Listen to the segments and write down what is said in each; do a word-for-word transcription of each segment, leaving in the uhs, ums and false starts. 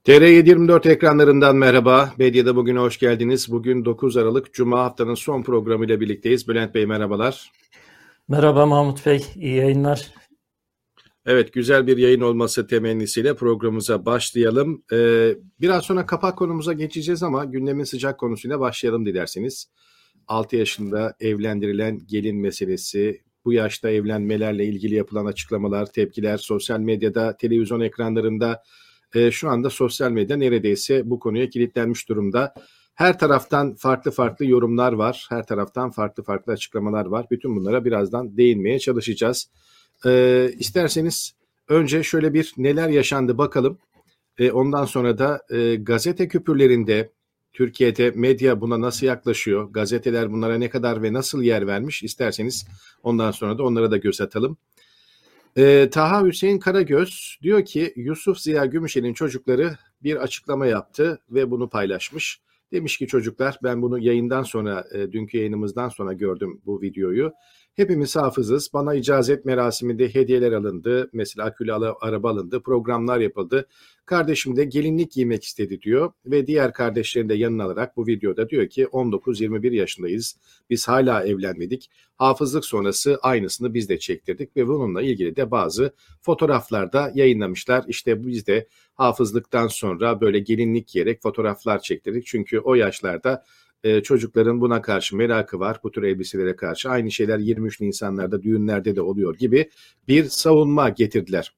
T R yedi yirmi dört ekranlarından merhaba. Medyada bugüne hoş geldiniz. Bugün dokuz Aralık Cuma, haftanın son programıyla birlikteyiz. Bülent Bey merhabalar. Merhaba Mahmut Bey, iyi yayınlar. Evet, güzel bir yayın olması temennisiyle programımıza başlayalım. Ee, biraz sonra kapak konumuza geçeceğiz ama gündemin sıcak konusuyla başlayalım dilerseniz. altı yaşında evlendirilen gelin meselesi, bu yaşta evlenmelerle ilgili yapılan açıklamalar, tepkiler, sosyal medyada, televizyon ekranlarında, e, şu anda sosyal medya neredeyse bu konuya kilitlenmiş durumda. Her taraftan farklı farklı yorumlar var, her taraftan farklı farklı açıklamalar var. Bütün bunlara birazdan değinmeye çalışacağız. E, isterseniz önce şöyle bir neler yaşandı bakalım. E, ondan sonra da e, gazete küpürlerinde, Türkiye'de medya buna nasıl yaklaşıyor, gazeteler bunlara ne kadar ve nasıl yer vermiş, isterseniz ondan sonra da onlara da göz atalım. Ee, Taha Hüseyin Karagöz diyor ki Yusuf Ziya Gümüşel'in çocukları bir açıklama yaptı ve bunu paylaşmış. Demiş ki çocuklar, ben bunu yayından sonra, e, dünkü yayınımızdan sonra gördüm bu videoyu. Hepimiz hafızız. Bana icazet merasiminde hediyeler alındı. Mesela akülü araba alındı. Programlar yapıldı. Kardeşim de gelinlik giymek istedi diyor. Ve diğer kardeşlerini de yanına alarak bu videoda diyor ki on dokuz yirmi bir yaşındayız. Biz hala evlenmedik. Hafızlık sonrası aynısını biz de çektirdik ve bununla ilgili de bazı fotoğraflarda yayınlamışlar. İşte biz de hafızlıktan sonra böyle gelinlik giyerek fotoğraflar çektirdik. Çünkü o yaşlarda e, çocukların buna karşı merakı var. Bu tür elbiselere karşı aynı şeyler yirmi üç Nisanlarda, düğünlerde de oluyor gibi bir savunma getirdiler.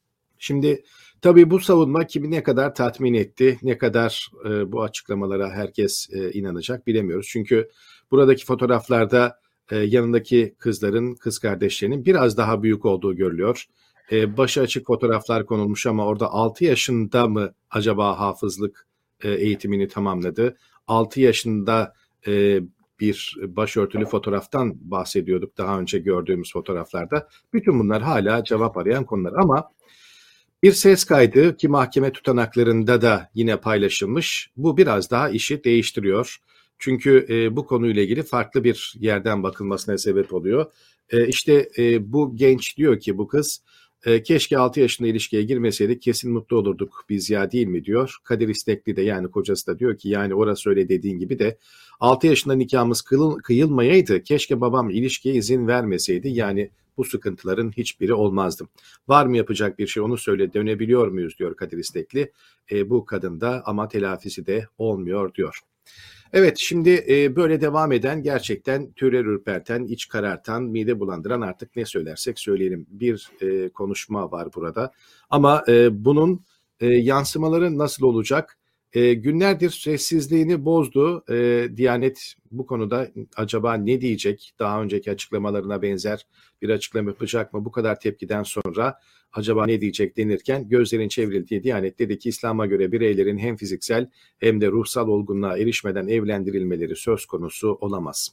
Şimdi tabii bu savunma kimi ne kadar tatmin etti, ne kadar e, bu açıklamalara herkes e, inanacak bilemiyoruz. Çünkü buradaki fotoğraflarda e, yanındaki kızların, kız kardeşlerinin biraz daha büyük olduğu görülüyor. E, başı açık fotoğraflar konulmuş ama orada altı yaşında mı acaba hafızlık e, eğitimini tamamladı? altı yaşında e, bir başörtülü fotoğraftan bahsediyorduk daha önce gördüğümüz fotoğraflarda. Bütün bunlar hala cevap arayan konular ama bir ses kaydı ki mahkeme tutanaklarında da yine paylaşılmış. Bu biraz daha işi değiştiriyor. Çünkü e, bu konuyla ilgili farklı bir yerden bakılmasına sebep oluyor. E, işte e, bu genç diyor ki bu kız e, keşke altı yaşında ilişkiye girmeseydik kesin mutlu olurduk biz ya, değil mi diyor. Kadir İstekli de, yani kocası da diyor ki yani orası öyle dediğin gibi de altı yaşında nikahımız kıyıl, kıyılmayaydı. Keşke babam ilişkiye izin vermeseydi, yani bu sıkıntıların hiçbiri olmazdı. Var mı yapacak bir şey, onu söyle, dönebiliyor muyuz diyor Kadir İstekli. E, bu kadın da ama telafisi de olmuyor diyor. Evet, şimdi e, böyle devam eden, gerçekten tüyler ürperten, iç karartan, mide bulandıran, artık ne söylersek söyleyelim bir e, konuşma var burada. Ama e, bunun e, yansımaları nasıl olacak? E, günlerdir sessizliğini bozdu. E, Diyanet bu konuda acaba ne diyecek? Daha önceki açıklamalarına benzer bir açıklama yapacak mı? Bu kadar tepkiden sonra acaba ne diyecek denirken gözlerin çevrildiği Diyanet dedi ki İslam'a göre bireylerin hem fiziksel hem de ruhsal olgunluğa erişmeden evlendirilmeleri söz konusu olamaz.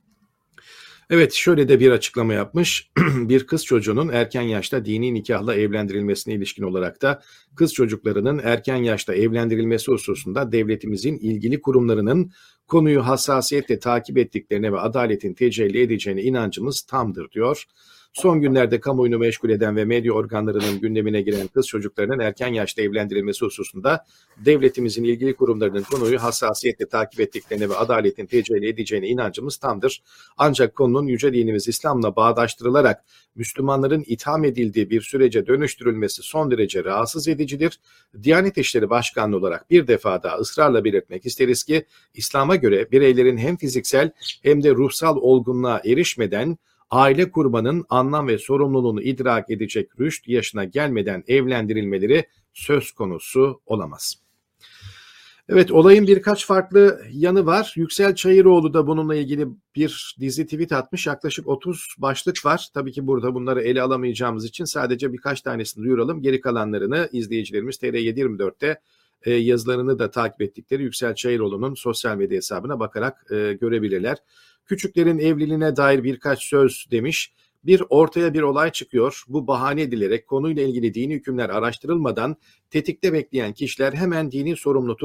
Evet, şöyle de bir açıklama yapmış. Bir kız çocuğunun erken yaşta dini nikahla evlendirilmesine ilişkin olarak da kız çocuklarının erken yaşta evlendirilmesi hususunda devletimizin ilgili kurumlarının konuyu hassasiyetle takip ettiklerine ve adaletin tecelli edeceğine inancımız tamdır diyor. Son günlerde kamuoyunu meşgul eden ve medya organlarının gündemine giren kız çocuklarının erken yaşta evlendirilmesi hususunda devletimizin ilgili kurumlarının konuyu hassasiyetle takip ettiklerine ve adaletin tecelli edeceğine inancımız tamdır. Ancak konunun yüce dinimiz İslam'la bağdaştırılarak Müslümanların itham edildiği bir sürece dönüştürülmesi son derece rahatsız edicidir. Diyanet İşleri Başkanlığı olarak bir defa daha ısrarla belirtmek isteriz ki İslam'a göre bireylerin hem fiziksel hem de ruhsal olgunluğa erişmeden aile kurmanın anlam ve sorumluluğunu idrak edecek rüşt yaşına gelmeden evlendirilmeleri söz konusu olamaz. Evet, olayın birkaç farklı yanı var. Yüksel Çayıroğlu da bununla ilgili bir dizi tweet atmış. Yaklaşık otuz başlık var. Tabii ki burada bunları ele alamayacağımız için sadece birkaç tanesini duyuralım. Geri kalanlarını izleyicilerimiz T R yedi yirmi dörtte e, yazılarını da takip ettikleri Yüksel Çayıroğlu'nun sosyal medya hesabına bakarak e, görebilirler. Küçüklerin evliliğine dair birkaç söz demiş. Bir ortaya bir olay çıkıyor. Bu bahane edilerek konuyla ilgili dini hükümler araştırılmadan tetikte bekleyen kişiler hemen dini sorumlu tutup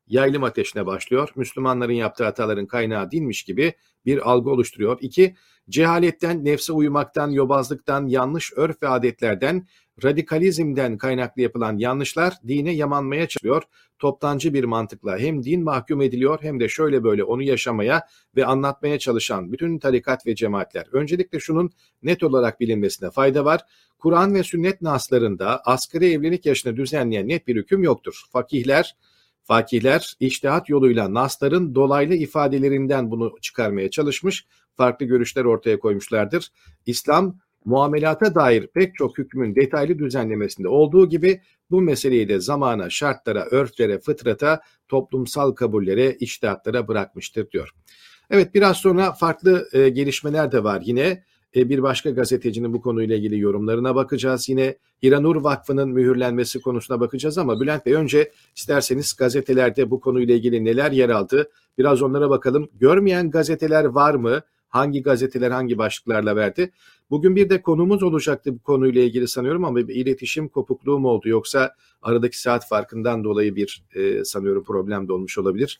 yaylım ateşine başlıyor. Müslümanların yaptığı hataların kaynağı dinmiş gibi bir algı oluşturuyor. İki, cehaletten, nefse uymaktan, yobazlıktan, yanlış örf ve adetlerden, radikalizmden kaynaklı yapılan yanlışlar dine yamanmaya çalışılıyor. Toptancı bir mantıkla hem din mahkum ediliyor hem de şöyle böyle onu yaşamaya ve anlatmaya çalışan bütün tarikat ve cemaatler. Öncelikle şunun net olarak bilinmesine fayda var. Kur'an ve sünnet naslarında asgari evlilik yaşını düzenleyen net bir hüküm yoktur. Fakihler, fakihler içtihat yoluyla nasların dolaylı ifadelerinden bunu çıkarmaya çalışmış, farklı görüşler ortaya koymuşlardır. İslam, muamelata dair pek çok hükmün detaylı düzenlemesinde olduğu gibi bu meseleyi de zamana, şartlara, örflere, fıtrata, toplumsal kabullere, içtihatlara bırakmıştır diyor. Evet, biraz sonra farklı e, gelişmeler de var yine. E, bir başka gazetecinin bu konuyla ilgili yorumlarına bakacağız. Yine İranur Vakfı'nın mühürlenmesi konusuna bakacağız ama Bülent Bey, önce isterseniz gazetelerde bu konuyla ilgili neler yer aldı? Biraz onlara bakalım. Görmeyen gazeteler var mı? Hangi gazeteler hangi başlıklarla verdi? Bugün bir de konumuz olacaktı bu konuyla ilgili sanıyorum ama bir iletişim kopukluğu mu oldu, yoksa aradaki saat farkından dolayı bir e, sanıyorum problem de olmuş olabilir.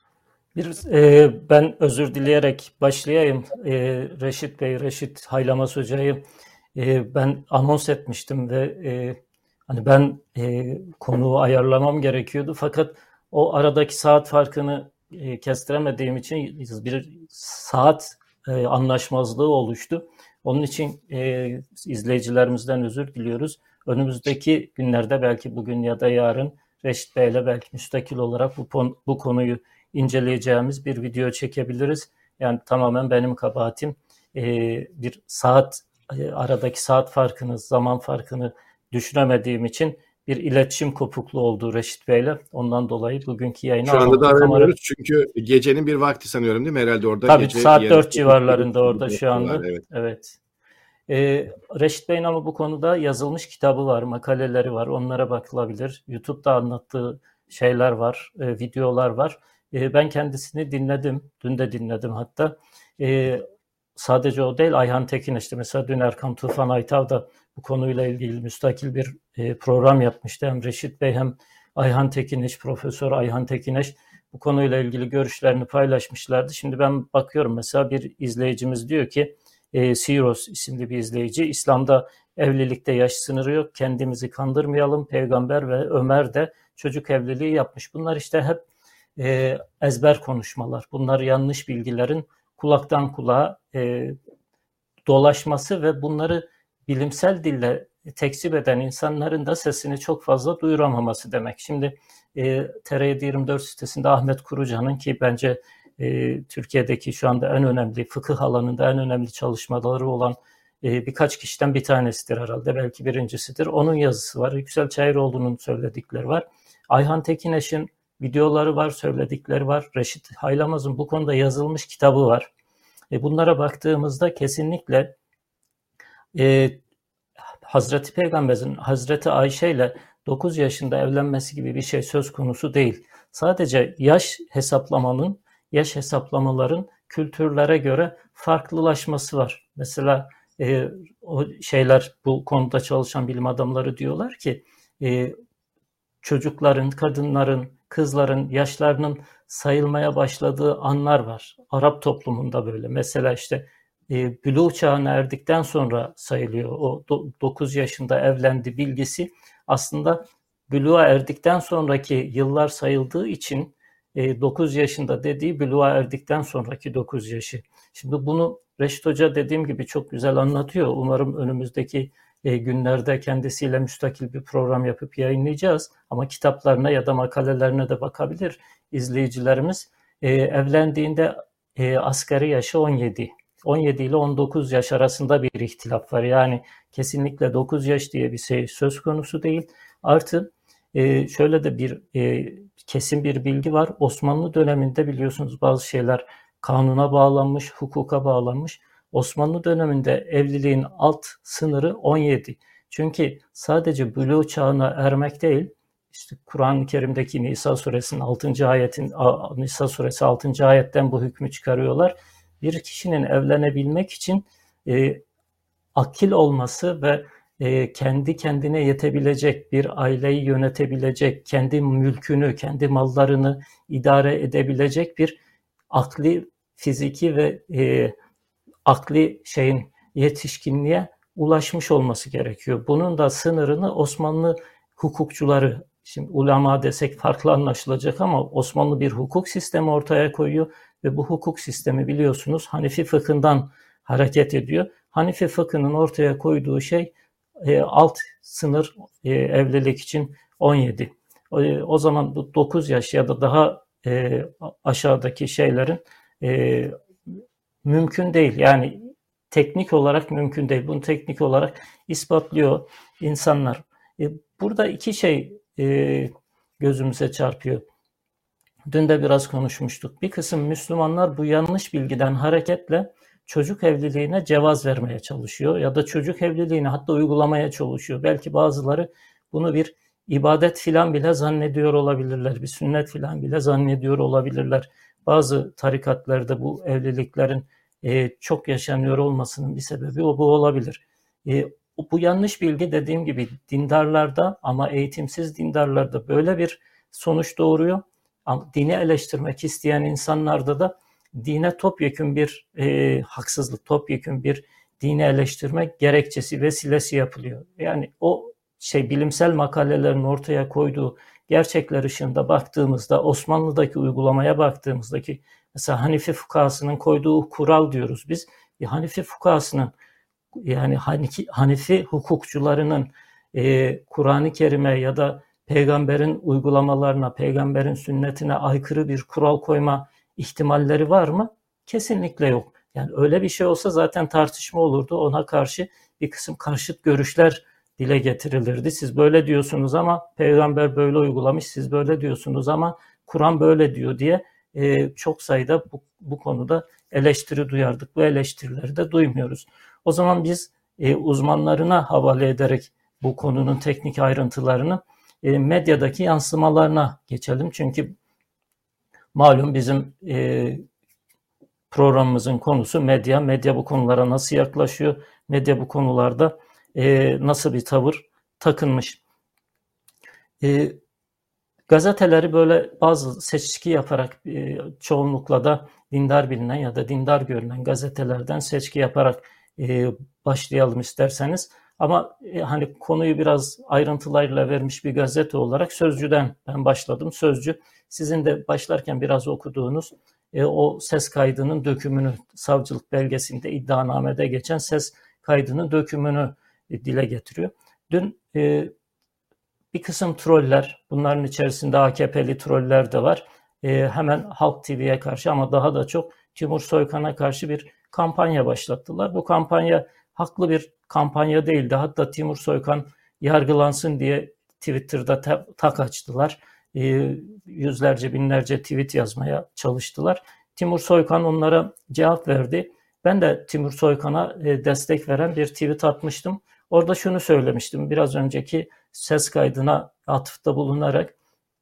Bir e, ben özür dileyerek başlayayım. E, Reşit Bey, Reşit Haylamaz Hoca'yı e, ben anons etmiştim ve e, hani ben e, konuğu ayarlamam gerekiyordu. Fakat o aradaki saat farkını e, kestiremediğim için bir saat e, anlaşmazlığı oluştu. Onun için e, izleyicilerimizden özür diliyoruz. Önümüzdeki günlerde, belki bugün ya da yarın, Reşit Bey'le belki müstakil olarak bu, bu konuyu inceleyeceğimiz bir video çekebiliriz. Yani tamamen benim kabahatim. Ee, bir saat e, aradaki saat farkını, zaman farkını düşünemediğim için bir iletişim kopukluğu oldu Reşit Bey'le. Ondan dolayı bugünkü yayını Şu anda da aramıyoruz kamera... çünkü gecenin bir vakti sanıyorum, değil mi? Herhalde orada Tabii gece saat dört civarlarında orada şu anda. Var, evet. Evet. Ee, Reşit Bey'in ama bu konuda yazılmış kitabı var, makaleleri var. Onlara bakılabilir. YouTube'da anlattığı şeyler var, e, videolar var. E, ben kendisini dinledim. Dün de dinledim hatta. E, sadece o değil, Ayhan Tekin işte mesela dün Erkan Tufan Aytav da bu konuyla ilgili müstakil bir e, program yapmıştı. Hem Reşit Bey hem Ayhan Tekineş, Profesör Ayhan Tekineş bu konuyla ilgili görüşlerini paylaşmışlardı. Şimdi ben bakıyorum, mesela bir izleyicimiz diyor ki, e, Siros isimli bir izleyici, İslam'da evlilikte yaş sınırı yok, kendimizi kandırmayalım, Peygamber ve Ömer de çocuk evliliği yapmış. Bunlar işte hep e, ezber konuşmalar. Bunlar yanlış bilgilerin kulaktan kulağa e, dolaşması ve bunları bilimsel dille tekzip eden insanların da sesini çok fazla duyuramaması demek. Şimdi e, T R yedi yirmi dört sitesinde Ahmet Kurucan'ın, ki bence e, Türkiye'deki şu anda en önemli, fıkıh alanında en önemli çalışmaları olan e, birkaç kişiden bir tanesidir herhalde. Belki birincisidir. Onun yazısı var. Yüksel Çayıroğlu'nun söyledikleri var. Ayhan Tekineş'in videoları var, söyledikleri var. Reşit Haylamaz'ın bu konuda yazılmış kitabı var. E, bunlara baktığımızda kesinlikle e, Hazreti Peygamber'in Hazreti Ayşe ile dokuz yaşında evlenmesi gibi bir şey söz konusu değil. Sadece yaş hesaplamanın, yaş hesaplamaların kültürlere göre farklılaşması var. Mesela e, o şeyler, bu konuda çalışan bilim adamları diyorlar ki e, çocukların, kadınların, kızların yaşlarının sayılmaya başladığı anlar var. Arap toplumunda böyle. Mesela işte e, buluğ çağına erdikten sonra sayılıyor. O dokuz yaşında evlendi bilgisi aslında buluğa erdikten sonraki yıllar sayıldığı için e, dokuz yaşında dediği buluğa erdikten sonraki dokuz yaşı. Şimdi bunu Reşit Hoca dediğim gibi çok güzel anlatıyor. Umarım önümüzdeki e, günlerde kendisiyle müstakil bir program yapıp yayınlayacağız. Ama kitaplarına ya da makalelerine de bakabilir izleyicilerimiz. E, evlendiğinde e, asgari yaşı on yedi. on yedi ile on dokuz yaş arasında bir ihtilaf var. Yani kesinlikle dokuz yaş diye bir şey söz konusu değil. Artı e, şöyle de bir e, kesin bir bilgi var. Osmanlı döneminde biliyorsunuz bazı şeyler kanuna bağlanmış, hukuka bağlanmış. Osmanlı döneminde evliliğin alt sınırı on yedi. Çünkü sadece buluğ çağına ermek değil, işte Kur'an-ı Kerim'deki Nisa suresinin altıncı ayetin Nisa suresi altıncı ayetten bu hükmü çıkarıyorlar. Bir kişinin evlenebilmek için e, akil olması ve e, kendi kendine yetebilecek, bir aileyi yönetebilecek, kendi mülkünü, kendi mallarını idare edebilecek bir akli, fiziki ve e, akli şeyin yetişkinliğe ulaşmış olması gerekiyor. Bunun da sınırını Osmanlı hukukçuları, şimdi ulema desek farklı anlaşılacak ama Osmanlı bir hukuk sistemi ortaya koyuyor ve bu hukuk sistemi biliyorsunuz Hanefi fıkhından hareket ediyor. Hanefi fıkhının ortaya koyduğu şey e, alt sınır e, evlilik için on yedi. E, o zaman bu dokuz yaş ya da daha e, aşağıdaki şeylerin e, mümkün değil. Yani teknik olarak mümkün değil. Bunu teknik olarak ispatlıyor insanlar. E, burada iki şey e, gözümüze çarpıyor. Dün de biraz konuşmuştuk. Bir kısım Müslümanlar bu yanlış bilgiden hareketle çocuk evliliğine cevaz vermeye çalışıyor ya da çocuk evliliğini hatta uygulamaya çalışıyor. Belki bazıları bunu bir ibadet filan bile zannediyor olabilirler. Bir sünnet filan bile zannediyor olabilirler. Bazı tarikatlarda bu evliliklerin e, çok yaşanıyor olmasının bir sebebi o bu olabilir. E, bu yanlış bilgi dediğim gibi dindarlarda ama eğitimsiz dindarlarda böyle bir sonuç doğuruyor. Dini eleştirmek isteyen insanlarda da dine topyekün bir e, haksızlık, topyekün bir dini eleştirmek gerekçesi, vesilesi yapılıyor. Yani o şey bilimsel makalelerin ortaya koyduğu gerçekler ışığında baktığımızda, Osmanlı'daki uygulamaya baktığımızdaki mesela Hanefi fukahasının koyduğu kural diyoruz biz. E, Hanefi fukahasının yani Hanefi hukukçularının e, Kur'an-ı Kerim'e ya da peygamberin uygulamalarına, peygamberin sünnetine aykırı bir kural koyma ihtimalleri var mı? Kesinlikle yok. Yani öyle bir şey olsa zaten tartışma olurdu. Ona karşı bir kısım karşıt görüşler dile getirilirdi. Siz böyle diyorsunuz ama peygamber böyle uygulamış, siz böyle diyorsunuz ama Kur'an böyle diyor diye e, çok sayıda bu, bu konuda eleştiri duyardık. Bu eleştirileri de duymuyoruz. O zaman biz e, uzmanlarına havale ederek bu konunun teknik ayrıntılarını e, medyadaki yansımalarına geçelim. Çünkü malum bizim e, programımızın konusu medya. Medya bu konulara nasıl yaklaşıyor? Medya bu konularda e, nasıl bir tavır takınmış? E, gazeteleri böyle bazı seçki yaparak e, çoğunlukla da dindar bilinen ya da dindar görünen gazetelerden seçki yaparak e, başlayalım isterseniz. Ama e, hani konuyu biraz ayrıntılarıyla vermiş bir gazete olarak Sözcü'den ben başladım. Sözcü sizin de başlarken biraz okuduğunuz e, o ses kaydının dökümünü, savcılık belgesinde iddianamede geçen ses kaydının dökümünü e, dile getiriyor. Dün e, bir kısım troller, bunların içerisinde A K P'li troller de var. E, hemen Halk T V'ye karşı ama daha da çok Timur Soykan'a karşı bir kampanya başlattılar. Bu kampanya haklı bir kampanya değildi. Hatta Timur Soykan yargılansın diye Twitter'da ta- tak açtılar. E, yüzlerce binlerce tweet yazmaya çalıştılar. Timur Soykan onlara cevap verdi. Ben de Timur Soykan'a e, destek veren bir tweet atmıştım. Orada şunu söylemiştim biraz önceki ses kaydına atıfta bulunarak.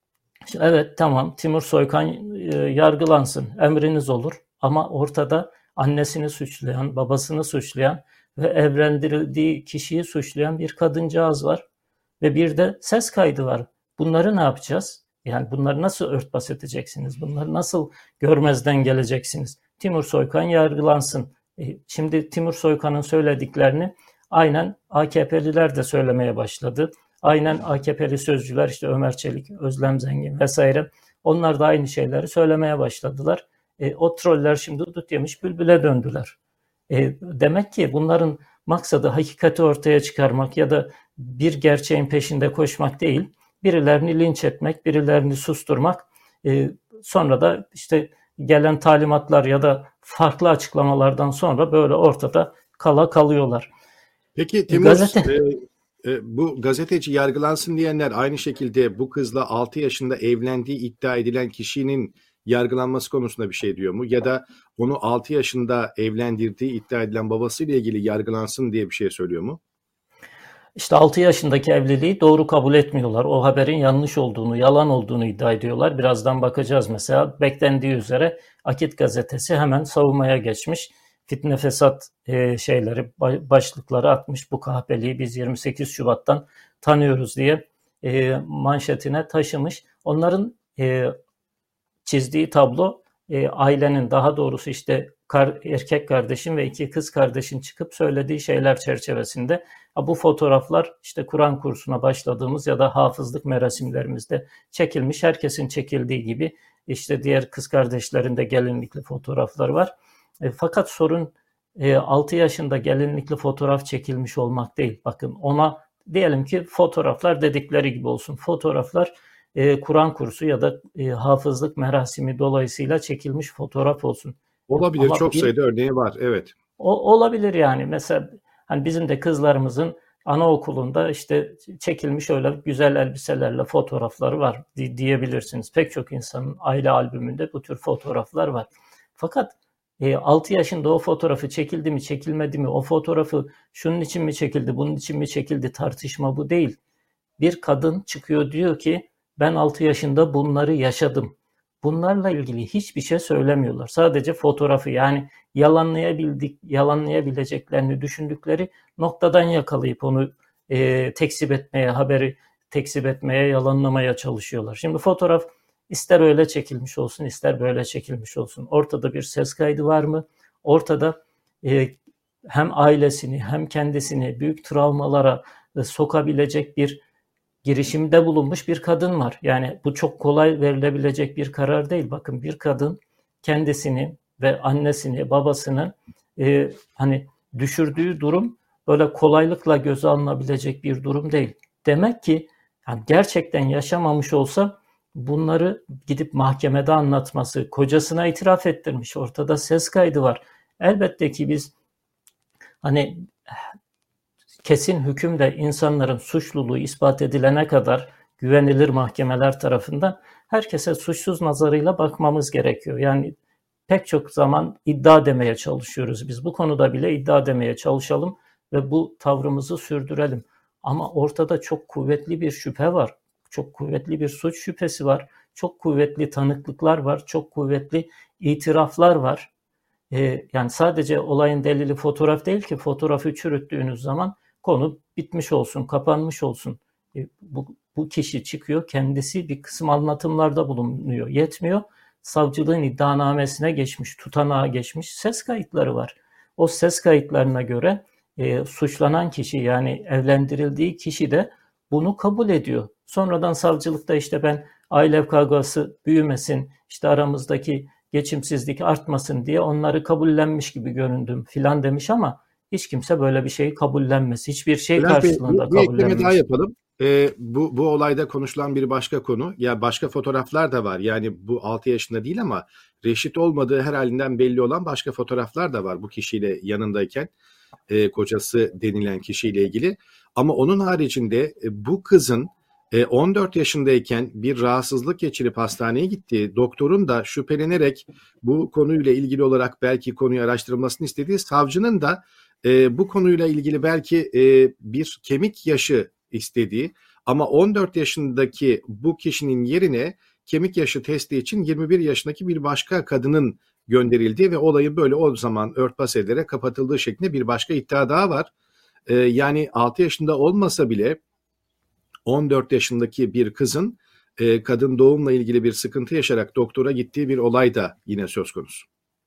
Evet tamam Timur Soykan e, yargılansın emriniz olur ama ortada annesini suçlayan, babasını suçlayan ve evlendirildiği kişiyi suçlayan bir kadıncağız var ve bir de ses kaydı var. Bunları ne yapacağız? Yani bunları nasıl örtbas edeceksiniz? Bunları nasıl görmezden geleceksiniz? Timur Soykan yargılansın. E, şimdi Timur Soykan'ın söylediklerini aynen A K P'liler de söylemeye başladı. Aynen A K P'li sözcüler işte Ömer Çelik, Özlem Zengin vesaire onlar da aynı şeyleri söylemeye başladılar. E, o troller şimdi dut yemiş bülbüle döndüler. E, demek ki bunların maksadı hakikati ortaya çıkarmak ya da bir gerçeğin peşinde koşmak değil, birilerini linç etmek, birilerini susturmak, e, sonra da işte gelen talimatlar ya da farklı açıklamalardan sonra böyle ortada kala kalıyorlar. Peki Timur, Gazete... e, e, bu gazeteci yargılansın diyenler aynı şekilde bu kızla altı yaşında evlendiği iddia edilen kişinin yargılanması konusunda bir şey diyor mu? Ya da onu altı yaşında evlendirdiği iddia edilen babasıyla ilgili yargılansın diye bir şey söylüyor mu? İşte altı yaşındaki evliliği doğru kabul etmiyorlar. O haberin yanlış olduğunu, yalan olduğunu iddia ediyorlar. Birazdan bakacağız mesela. Beklendiği üzere Akit gazetesi hemen savunmaya geçmiş. fitne fesat e, şeyleri, başlıkları atmış. Bu kahpeliği biz yirmi sekiz Şubat'tan tanıyoruz diye e, manşetine taşımış. Onların e, çizdiği tablo e, ailenin, daha doğrusu işte kar, erkek kardeşin ve iki kız kardeşin çıkıp söylediği şeyler çerçevesinde. Bu fotoğraflar işte Kur'an kursuna başladığımız ya da hafızlık merasimlerimizde çekilmiş. Herkesin çekildiği gibi işte diğer kız kardeşlerin de gelinlikli fotoğrafları var. E, fakat sorun e, altı yaşında gelinlikli fotoğraf çekilmiş olmak değil. Bakın, ona diyelim ki fotoğraflar dedikleri gibi olsun. Fotoğraflar e, Kur'an kursu ya da e, hafızlık merasimi dolayısıyla çekilmiş fotoğraf olsun. Olabilir. Ama çok bir, sayıda örneği var. Evet. O, olabilir yani. Mesela hani bizim de kızlarımızın anaokulunda işte çekilmiş öyle güzel elbiselerle fotoğrafları var diyebilirsiniz. Pek çok insanın aile albümünde bu tür fotoğraflar var. Fakat e, altı yaşında o fotoğrafı çekildi mi çekilmedi mi, o fotoğrafı şunun için mi çekildi bunun için mi çekildi, tartışma bu değil. Bir kadın çıkıyor, diyor ki ben altı yaşında bunları yaşadım. Bunlarla ilgili hiçbir şey söylemiyorlar. Sadece fotoğrafı, yani yalanlayabildik, yalanlayabileceklerini düşündükleri noktadan yakalayıp onu e, tekzip etmeye, haberi tekzip etmeye, yalanlamaya çalışıyorlar. Şimdi fotoğraf ister öyle çekilmiş olsun, ister böyle çekilmiş olsun. Ortada bir ses kaydı var mı? Ortada e, hem ailesini hem kendisini büyük travmalara e, sokabilecek bir girişimde bulunmuş bir kadın var. Yani bu çok kolay verilebilecek bir karar değil. Bakın, bir kadın kendisini ve annesini, babasını e, hani düşürdüğü durum böyle kolaylıkla göze alınabilecek bir durum değil. Demek ki yani gerçekten yaşamamış olsa bunları gidip mahkemede anlatması, kocasına itiraf ettirmiş, ortada ses kaydı var. Elbette ki biz hani kesin hükümle insanların suçluluğu ispat edilene kadar güvenilir mahkemeler tarafından herkese suçsuz nazarıyla bakmamız gerekiyor. Yani pek çok zaman iddia demeye çalışıyoruz. Biz bu konuda bile iddia demeye çalışalım ve bu tavrımızı sürdürelim. Ama ortada çok kuvvetli bir şüphe var. Çok kuvvetli bir suç şüphesi var. Çok kuvvetli tanıklıklar var. Çok kuvvetli itiraflar var. Ee, yani sadece olayın delili fotoğraf değil ki, fotoğrafı çürüttüğünüz zaman konu bitmiş olsun, kapanmış olsun. E, bu, bu kişi çıkıyor, kendisi bir kısım anlatımlarda bulunuyor. Yetmiyor, savcılığın iddianamesine geçmiş, tutanağa geçmiş ses kayıtları var. O ses kayıtlarına göre e, suçlanan kişi, yani evlendirildiği kişi de bunu kabul ediyor. Sonradan savcılıkta işte ben aile kavgası büyümesin, işte aramızdaki geçimsizlik artmasın diye onları kabullenmiş gibi göründüm filan demiş ama hiç kimse böyle bir şeyi kabullenmez. Hiçbir şey Bülent Bey, karşılığında bir, bir ekleme kabullenmez. daha yapalım. Ee, bu, bu olayda konuşulan bir başka konu. Ya başka fotoğraflar da var. Yani bu altı yaşında değil ama reşit olmadığı her halinden belli olan başka fotoğraflar da var bu kişiyle yanındayken. E, kocası denilen kişiyle ilgili. Ama onun haricinde e, bu kızın e, on dört yaşındayken bir rahatsızlık geçirip hastaneye gittiği, doktorun da şüphelenerek bu konuyla ilgili olarak belki konuyu araştırılmasını istediği, savcının da e, bu konuyla ilgili belki e, bir kemik yaşı istediği ama on dört yaşındaki bu kişinin yerine kemik yaşı testi için yirmi bir yaşındaki bir başka kadının gönderildiği ve olayı böyle o zaman örtbas ederek kapatıldığı şeklinde bir başka iddia daha var. Ee, yani altı yaşında olmasa bile on dört yaşındaki bir kızın e, kadın doğumla ilgili bir sıkıntı yaşayarak doktora gittiği bir olay da yine söz konusu.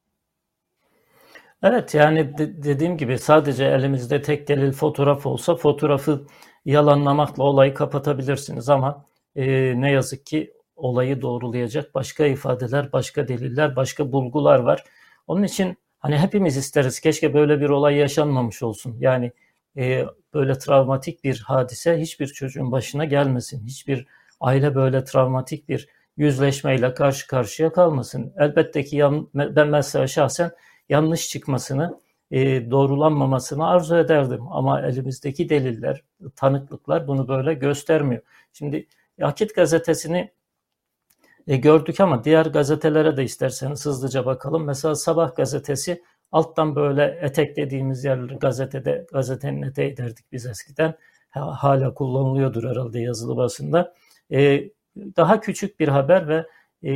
Evet, yani de- dediğim gibi sadece elimizde tek delil fotoğraf olsa fotoğrafı yalanlamakla olayı kapatabilirsiniz ama e, ne yazık ki olayı doğrulayacak başka ifadeler, başka deliller, başka bulgular var. Onun için hani hepimiz isteriz, keşke böyle bir olay yaşanmamış olsun. Yani e, böyle travmatik bir hadise hiçbir çocuğun başına gelmesin. Hiçbir aile böyle travmatik bir yüzleşmeyle karşı karşıya kalmasın. Elbette ki yan, ben mesela şahsen yanlış çıkmasını, e, doğrulanmamasını arzu ederdim. Ama elimizdeki deliller, tanıklıklar bunu böyle göstermiyor. Şimdi Akit gazetesini e, gördük ama diğer gazetelere de isterseniz hızlıca bakalım. Mesela Sabah gazetesi alttan böyle etek dediğimiz yer gazetede, gazetenin eteği derdik biz eskiden. Hala kullanılıyordur herhalde yazılı basında. E, daha küçük bir haber ve e,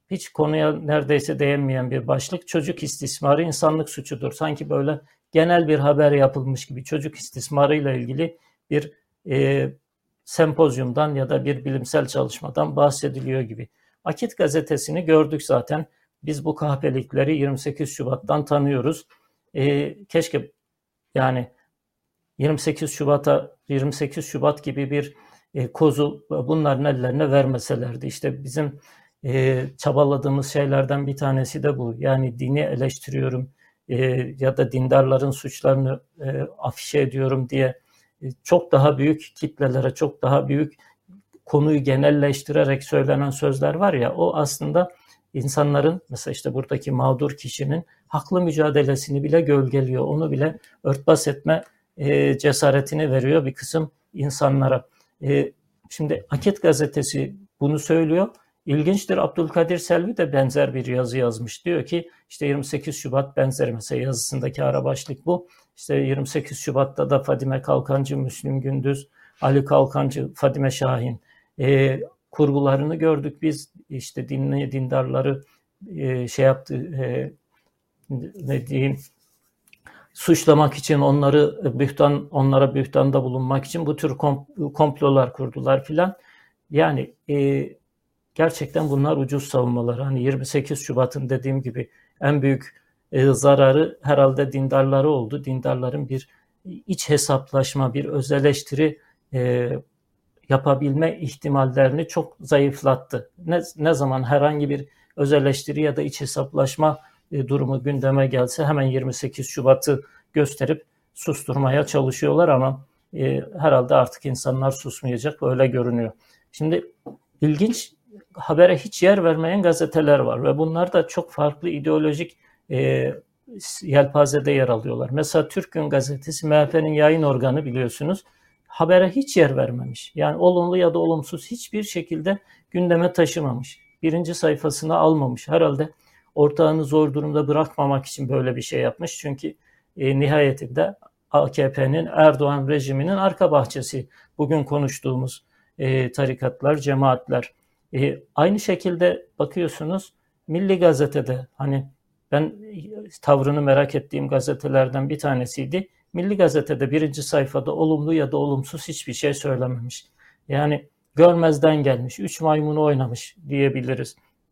hiç konuya neredeyse değinmeyen bir başlık. Çocuk istismarı insanlık suçudur. Sanki böyle genel bir haber yapılmış gibi çocuk istismarıyla ilgili bir e, sempozyumdan ya da bir bilimsel çalışmadan bahsediliyor gibi. Akit gazetesini gördük zaten. Biz bu kahpelikleri yirmi sekiz Şubat'tan tanıyoruz. E, keşke yani yirmi sekiz Şubat'a yirmi sekiz Şubat gibi bir e, kozu bunların ellerine vermeselerdi. İşte bizim e, çabaladığımız şeylerden bir tanesi de bu. Yani dini eleştiriyorum e, ya da dindarların suçlarını e, afişe ediyorum diye e, çok daha büyük kitlelere, çok daha büyük konuyu genelleştirerek söylenen sözler var ya, o aslında insanların, mesela işte buradaki mağdur kişinin haklı mücadelesini bile gölgeliyor. Onu bile örtbas etme e, cesaretini veriyor bir kısım insanlara. E, şimdi Akit gazetesi bunu söylüyor. İlginçtir, Abdülkadir Selvi de benzer bir yazı yazmış. Diyor ki işte yirmi sekiz Şubat benzeri, mesela yazısındaki ara başlık bu. İşte yirmi sekiz Şubat'ta da Fadime Kalkancı, Müslüm Gündüz, Ali Kalkancı, Fadime Şahin e, kurgularını gördük biz. İşte dinli dindarları e, şey yaptı, e, ne diyeyim, suçlamak için, onları bühtan, onlara bühtanda bulunmak için bu tür komplolar kurdular filan. Yani e, gerçekten bunlar ucuz savunmalar. Hani yirmi sekiz Şubat'ın dediğim gibi en büyük e, zararı herhalde dindarları oldu. Dindarların bir iç hesaplaşma, bir özeleştiri e, yapabilme ihtimallerini çok zayıflattı. Ne, ne zaman herhangi bir özeleştiri ya da iç hesaplaşma e, durumu gündeme gelse hemen yirmi sekiz Şubat'ı gösterip susturmaya çalışıyorlar ama e, herhalde artık insanlar susmayacak, öyle görünüyor. Şimdi ilginç, habere hiç yer vermeyen gazeteler var ve bunlar da çok farklı ideolojik e, yelpazede yer alıyorlar. Mesela Türk Gün gazetesi, M H P'nin yayın organı biliyorsunuz, habere hiç yer vermemiş. Yani olumlu ya da olumsuz hiçbir şekilde gündeme taşımamış. Birinci sayfasına almamış. Herhalde ortağını zor durumda bırakmamak için böyle bir şey yapmış. Çünkü e, nihayetinde A K P'nin, Erdoğan rejiminin arka bahçesi bugün konuştuğumuz e, tarikatlar, cemaatler. E, aynı şekilde bakıyorsunuz Milli Gazete'de, hani ben tavrını merak ettiğim gazetelerden bir tanesiydi. Milli Gazete'de birinci sayfada olumlu ya da olumsuz hiçbir şey söylememiş. Yani görmezden gelmiş, üç maymunu oynamış diyebiliriz.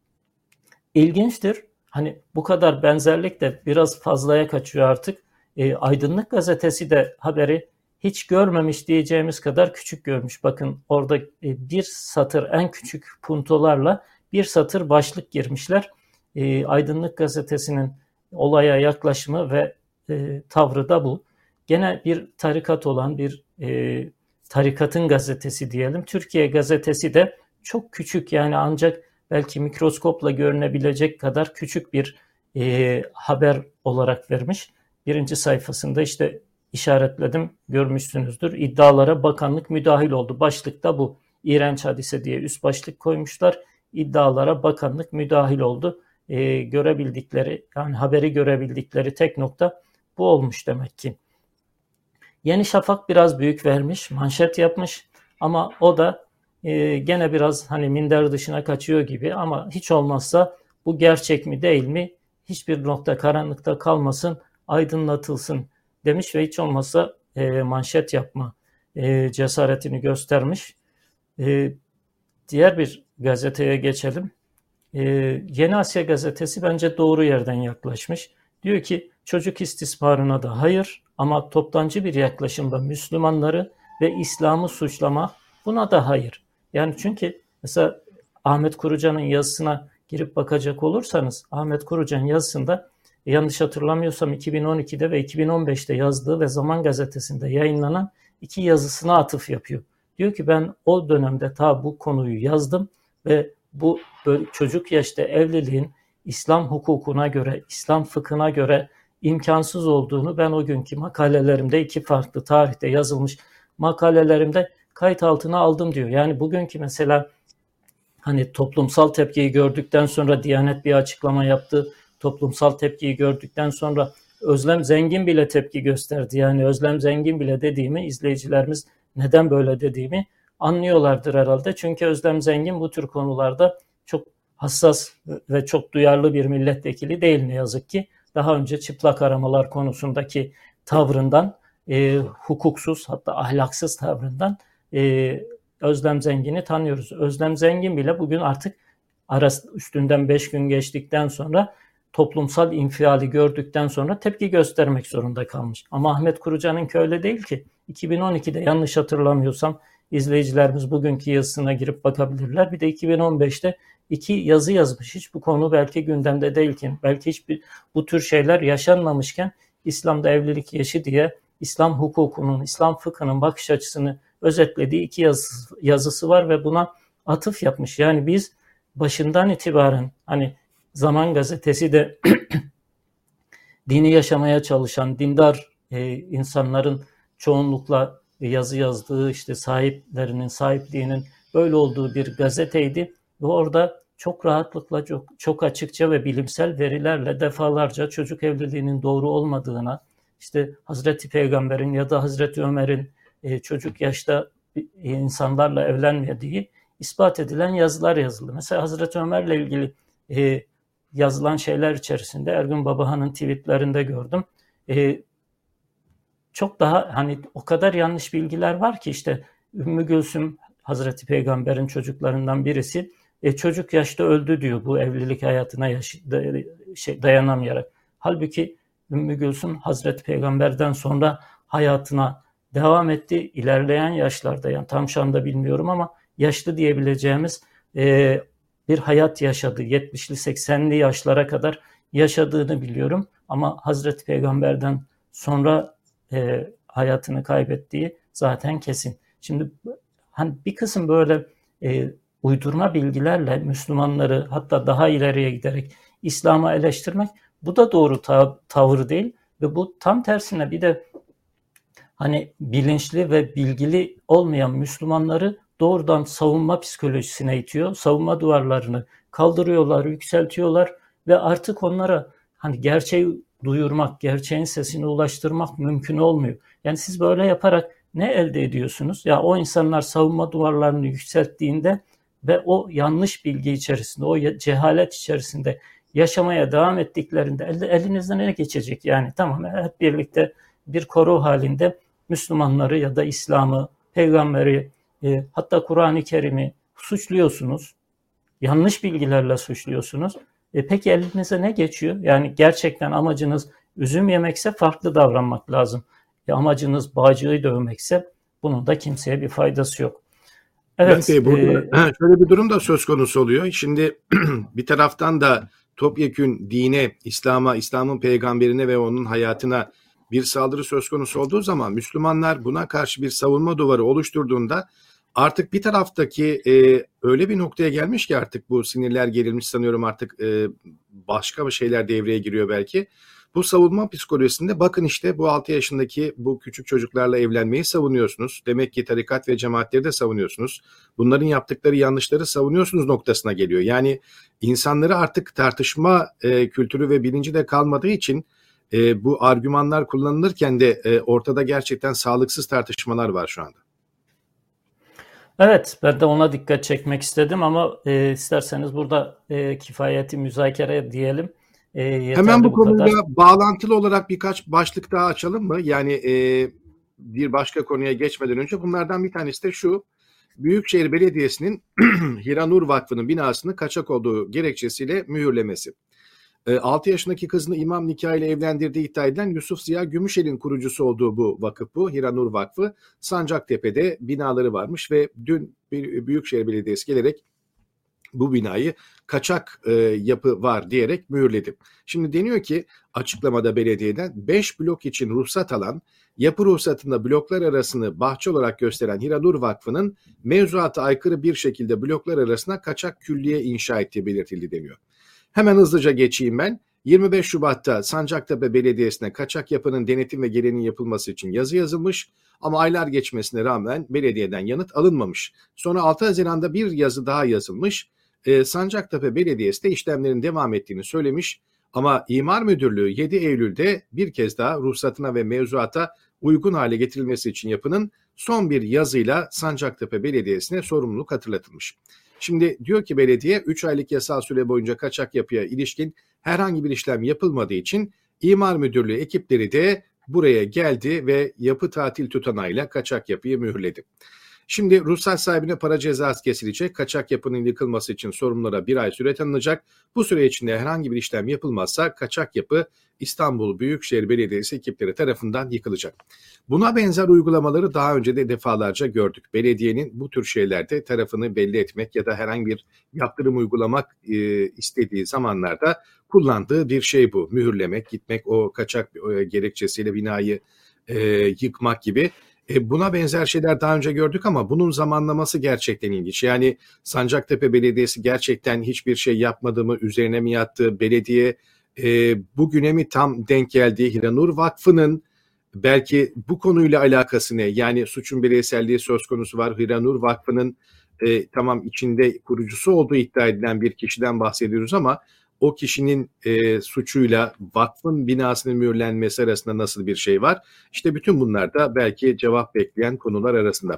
İlginçtir. Hani bu kadar benzerlik de biraz fazlaya kaçıyor artık. E, Aydınlık Gazetesi de haberi hiç görmemiş diyeceğimiz kadar küçük görmüş. Bakın orada e, bir satır, en küçük puntolarla bir satır başlık girmişler. E, Aydınlık Gazetesi'nin olaya yaklaşımı ve e, tavrı da bu. Gene bir tarikat olan bir e, tarikatın gazetesi diyelim. Türkiye Gazetesi de çok küçük, yani ancak belki mikroskopla görünebilecek kadar küçük bir e, haber olarak vermiş. Birinci sayfasında işte işaretledim, görmüşsünüzdür. İddialara bakanlık müdahil oldu. Başlık da bu. İğrenç hadise diye üst başlık koymuşlar. İddialara bakanlık müdahil oldu. E, görebildikleri, yani haberi görebildikleri tek nokta bu olmuş demek ki. Yeni Şafak biraz büyük vermiş, manşet yapmış ama o da e, gene biraz hani minder dışına kaçıyor gibi, ama hiç olmazsa bu gerçek mi değil mi, hiçbir nokta karanlıkta kalmasın, aydınlatılsın demiş ve hiç olmazsa e, manşet yapma e, cesaretini göstermiş. E, diğer bir gazeteye geçelim. E, Yeni Asya Gazetesi bence doğru yerden yaklaşmış. Diyor ki çocuk istismarına da hayır, ama toptancı bir yaklaşımda Müslümanları ve İslam'ı suçlama, buna da hayır. Yani çünkü mesela Ahmet Kurucan'ın yazısına girip bakacak olursanız, Ahmet Kurucan yazısında yanlış hatırlamıyorsam iki bin on ikide ve iki bin on beşte yazdığı ve Zaman Gazetesi'nde yayınlanan iki yazısına atıf yapıyor. Diyor ki ben o dönemde ta bu konuyu yazdım ve bu böyle çocuk yaşta evliliğin İslam hukukuna göre, İslam fıkhına göre imkansız olduğunu ben o günkü makalelerimde, iki farklı tarihte yazılmış makalelerimde kayıt altına aldım diyor. Yani bugünkü mesela hani toplumsal tepkiyi gördükten sonra Diyanet bir açıklama yaptı. Toplumsal tepkiyi gördükten sonra Özlem Zengin bile tepki gösterdi. Yani Özlem Zengin bile dediğimi, izleyicilerimiz neden böyle dediğimi anlıyorlardır herhalde. Çünkü Özlem Zengin bu tür konularda çok hassas ve çok duyarlı bir milletvekili değil ne yazık ki. Daha önce çıplak aramalar konusundaki tavrından, e, hukuksuz hatta ahlaksız tavrından e, Özlem Zengin'i tanıyoruz. Özlem Zengin bile bugün artık arası, üstünden beş gün geçtikten sonra toplumsal infiali gördükten sonra tepki göstermek zorunda kalmış. Ama Ahmet Kurucan'ınki öyle değil ki. iki bin on ikide yanlış hatırlamıyorsam izleyicilerimiz bugünkü yazısına girip bakabilirler. Bir de iki bin on beşte iki yazı yazmış. Hiç bu konu belki gündemde değilken, belki hiçbir bu tür şeyler yaşanmamışken İslam'da evlilik yaşı diye İslam hukukunun, İslam fıkhının bakış açısını özetlediği iki yazısı, yazısı var ve buna atıf yapmış. Yani biz başından itibaren hani Zaman Gazetesi de dini yaşamaya çalışan dindar e, insanların çoğunlukla yazı yazdığı, işte sahiplerinin, sahipliğinin böyle olduğu bir gazeteydi ve orada çok rahatlıkla, çok, çok açıkça ve bilimsel verilerle defalarca çocuk evliliğinin doğru olmadığına, işte Hazreti Peygamber'in ya da Hazreti Ömer'in e, çocuk yaşta insanlarla evlenmediği ispat edilen yazılar yazıldı. Mesela Hazreti Ömer'le ilgili e, yazılan şeyler içerisinde Ergün Babahan'ın tweetlerinde gördüm. E, çok daha hani o kadar yanlış bilgiler var ki işte Ümmü Gülsüm Hazreti Peygamber'in çocuklarından birisi e, çocuk yaşta öldü diyor bu evlilik hayatına yaş- şey, dayanamayarak. Halbuki Ümmü Gülsüm Hazreti Peygamber'den sonra hayatına devam etti. İlerleyen yaşlarda, yani tam şu anda bilmiyorum ama yaşlı diyebileceğimiz e, bir hayat yaşadı. yetmişli seksenli yaşlara kadar yaşadığını biliyorum. Ama Hazreti Peygamber'den sonra e, hayatını kaybettiği zaten kesin. Şimdi hani bir kısım böyle e, uydurma bilgilerle Müslümanları hatta daha ileriye giderek İslam'ı eleştirmek, bu da doğru ta- tavır değil ve bu tam tersine bir de hani bilinçli ve bilgili olmayan Müslümanları doğrudan savunma psikolojisine itiyor. Savunma duvarlarını kaldırıyorlar, yükseltiyorlar ve artık onlara hani gerçeği duyurmak, gerçeğin sesini ulaştırmak mümkün olmuyor. Yani siz böyle yaparak ne elde ediyorsunuz? Ya o insanlar savunma duvarlarını yükselttiğinde ve o yanlış bilgi içerisinde, o cehalet içerisinde yaşamaya devam ettiklerinde el, elinizden ne geçecek? Yani tamam, hep birlikte bir koro halinde Müslümanları ya da İslam'ı, peygamberi, e, hatta Kur'an-ı Kerim'i suçluyorsunuz. Yanlış bilgilerle suçluyorsunuz. E, peki elinize ne geçiyor? Yani gerçekten amacınız üzüm yemekse farklı davranmak lazım. E, amacınız bağcıyı dövmekse bunun da kimseye bir faydası yok. Evet. Bey, burada e, şöyle bir durum da söz konusu oluyor. Şimdi bir taraftan da topyekün dine, İslam'a, İslam'ın peygamberine ve onun hayatına bir saldırı söz konusu olduğu zaman Müslümanlar buna karşı bir savunma duvarı oluşturduğunda artık bir taraftaki e, öyle bir noktaya gelmiş ki artık bu sinirler gerilmiş, sanıyorum artık e, başka bir şeyler devreye giriyor belki. Bu savunma psikolojisinde bakın işte bu altı yaşındaki bu küçük çocuklarla evlenmeyi savunuyorsunuz. Demek ki tarikat ve cemaatleri de savunuyorsunuz. Bunların yaptıkları yanlışları savunuyorsunuz noktasına geliyor. Yani insanları artık tartışma e, kültürü ve bilinci de kalmadığı için e, bu argümanlar kullanılırken de e, ortada gerçekten sağlıksız tartışmalar var şu anda. Evet, ben de ona dikkat çekmek istedim ama e, isterseniz burada e, kifayeti müzakere diyelim. E, Hemen bu, bu konuyla kadar bağlantılı olarak birkaç başlık daha açalım mı? Yani e, bir başka konuya geçmeden önce bunlardan bir tanesi de şu: Büyükşehir Belediyesi'nin Hiranur Vakfı'nın binasını kaçak olduğu gerekçesiyle mühürlemesi. altı yaşındaki kızını imam nikahıyla evlendirdiği iddia edilen Yusuf Ziya Gümüşel'in kurucusu olduğu bu vakıf, bu Hiranur Vakfı, Sancaktepe'de binaları varmış ve dün Büyükşehir Belediyesi gelerek bu binayı kaçak e, yapı var diyerek mühürledi. Şimdi deniyor ki açıklamada belediyeden beş blok için ruhsat alan, yapı ruhsatında bloklar arasını bahçe olarak gösteren Hiranur Vakfı'nın mevzuata aykırı bir şekilde bloklar arasına kaçak külliye inşa ettiği belirtildi deniyor. Hemen hızlıca geçeyim ben. yirmi beş Şubat'ta Sancaktepe Belediyesi'ne kaçak yapının denetim ve gereğinin yapılması için yazı yazılmış ama aylar geçmesine rağmen belediyeden yanıt alınmamış. Sonra altı Haziran'da bir yazı daha yazılmış. Ee, Sancaktepe Belediyesi de işlemlerin devam ettiğini söylemiş ama İmar Müdürlüğü yedi Eylül'de bir kez daha ruhsatına ve mevzuata uygun hale getirilmesi için yapının son bir yazıyla Sancaktepe Belediyesi'ne sorumluluk hatırlatılmış. Şimdi diyor ki belediye üç aylık yasal süre boyunca kaçak yapıya ilişkin herhangi bir işlem yapılmadığı için İmar Müdürlüğü ekipleri de buraya geldi ve yapı tatil tutanağıyla kaçak yapıyı mühürledi. Şimdi ruhsat sahibine para cezası kesilecek. Kaçak yapının yıkılması için sorumlulara bir ay süre tanınacak. Bu süre içinde herhangi bir işlem yapılmazsa kaçak yapı İstanbul Büyükşehir Belediyesi ekipleri tarafından yıkılacak. Buna benzer uygulamaları daha önce de defalarca gördük. Belediyenin bu tür şeylerde tarafını belli etmek ya da herhangi bir yaptırım uygulamak e, istediği zamanlarda kullandığı bir şey bu. Mühürlemek, gitmek, o kaçak e, gerekçesiyle binayı e, yıkmak gibi. E buna benzer şeyler daha önce gördük ama bunun zamanlaması gerçekten ilginç. Yani Sancaktepe Belediyesi gerçekten hiçbir şey yapmadı mı, üzerine mi yattı? Belediye e, bugüne mi tam denk geldi? Hiranur Vakfı'nın belki bu konuyla alakası ne? Yani suçun bireyselliği söz konusu var. Hiranur Vakfı'nın e, tamam içinde kurucusu olduğu iddia edilen bir kişiden bahsediyoruz ama o kişinin e, suçuyla vakfın binasının mühürlenmesi arasında nasıl bir şey var? İşte bütün bunlar da belki cevap bekleyen konular arasında.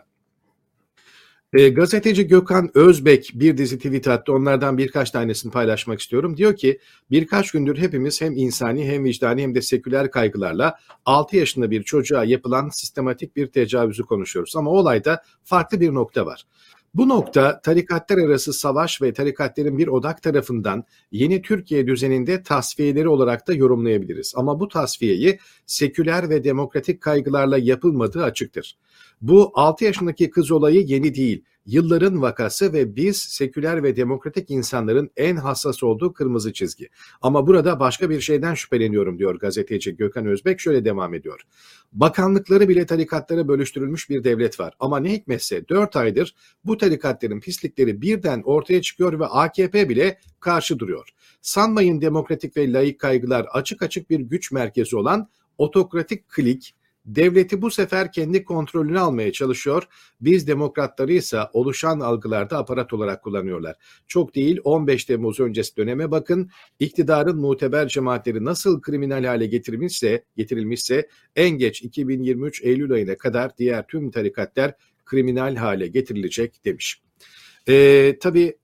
E, gazeteci Gökhan Özbek bir dizi tweet attı. Onlardan birkaç tanesini paylaşmak istiyorum. Diyor ki birkaç gündür hepimiz hem insani hem vicdani hem de seküler kaygılarla altı yaşında bir çocuğa yapılan sistematik bir tecavüzü konuşuyoruz. Ama olayda farklı bir nokta var. Bu nokta tarikatlar arası savaş ve tarikatlerin bir odak tarafından yeni Türkiye düzeninde tasfiyeleri olarak da yorumlayabiliriz. Ama bu tasfiyeyi seküler ve demokratik kaygılarla yapılmadığı açıktır. Bu altı yaşındaki kız olayı yeni değil. Yılların vakası ve biz seküler ve demokratik insanların en hassas olduğu kırmızı çizgi. Ama burada başka bir şeyden şüpheleniyorum diyor gazeteci Gökhan Özbek, şöyle devam ediyor. Bakanlıkları bile tarikatlara bölüştürülmüş bir devlet var. Ama ne hikmetse dört aydır bu tarikatların pislikleri birden ortaya çıkıyor ve A K P bile karşı duruyor. Sanmayın demokratik ve laik kaygılar açık açık bir güç merkezi olan otokratik klik, devleti bu sefer kendi kontrolüne almaya çalışıyor. Biz demokratları ise oluşan algılarda aparat olarak kullanıyorlar. Çok değil on beş Temmuz öncesi döneme bakın. İktidarın muteber cemaatleri nasıl kriminal hale getirilmişse, getirilmişse en geç iki bin yirmi üç Eylül ayına kadar diğer tüm tarikatlar kriminal hale getirilecek demiş. Ee, tabii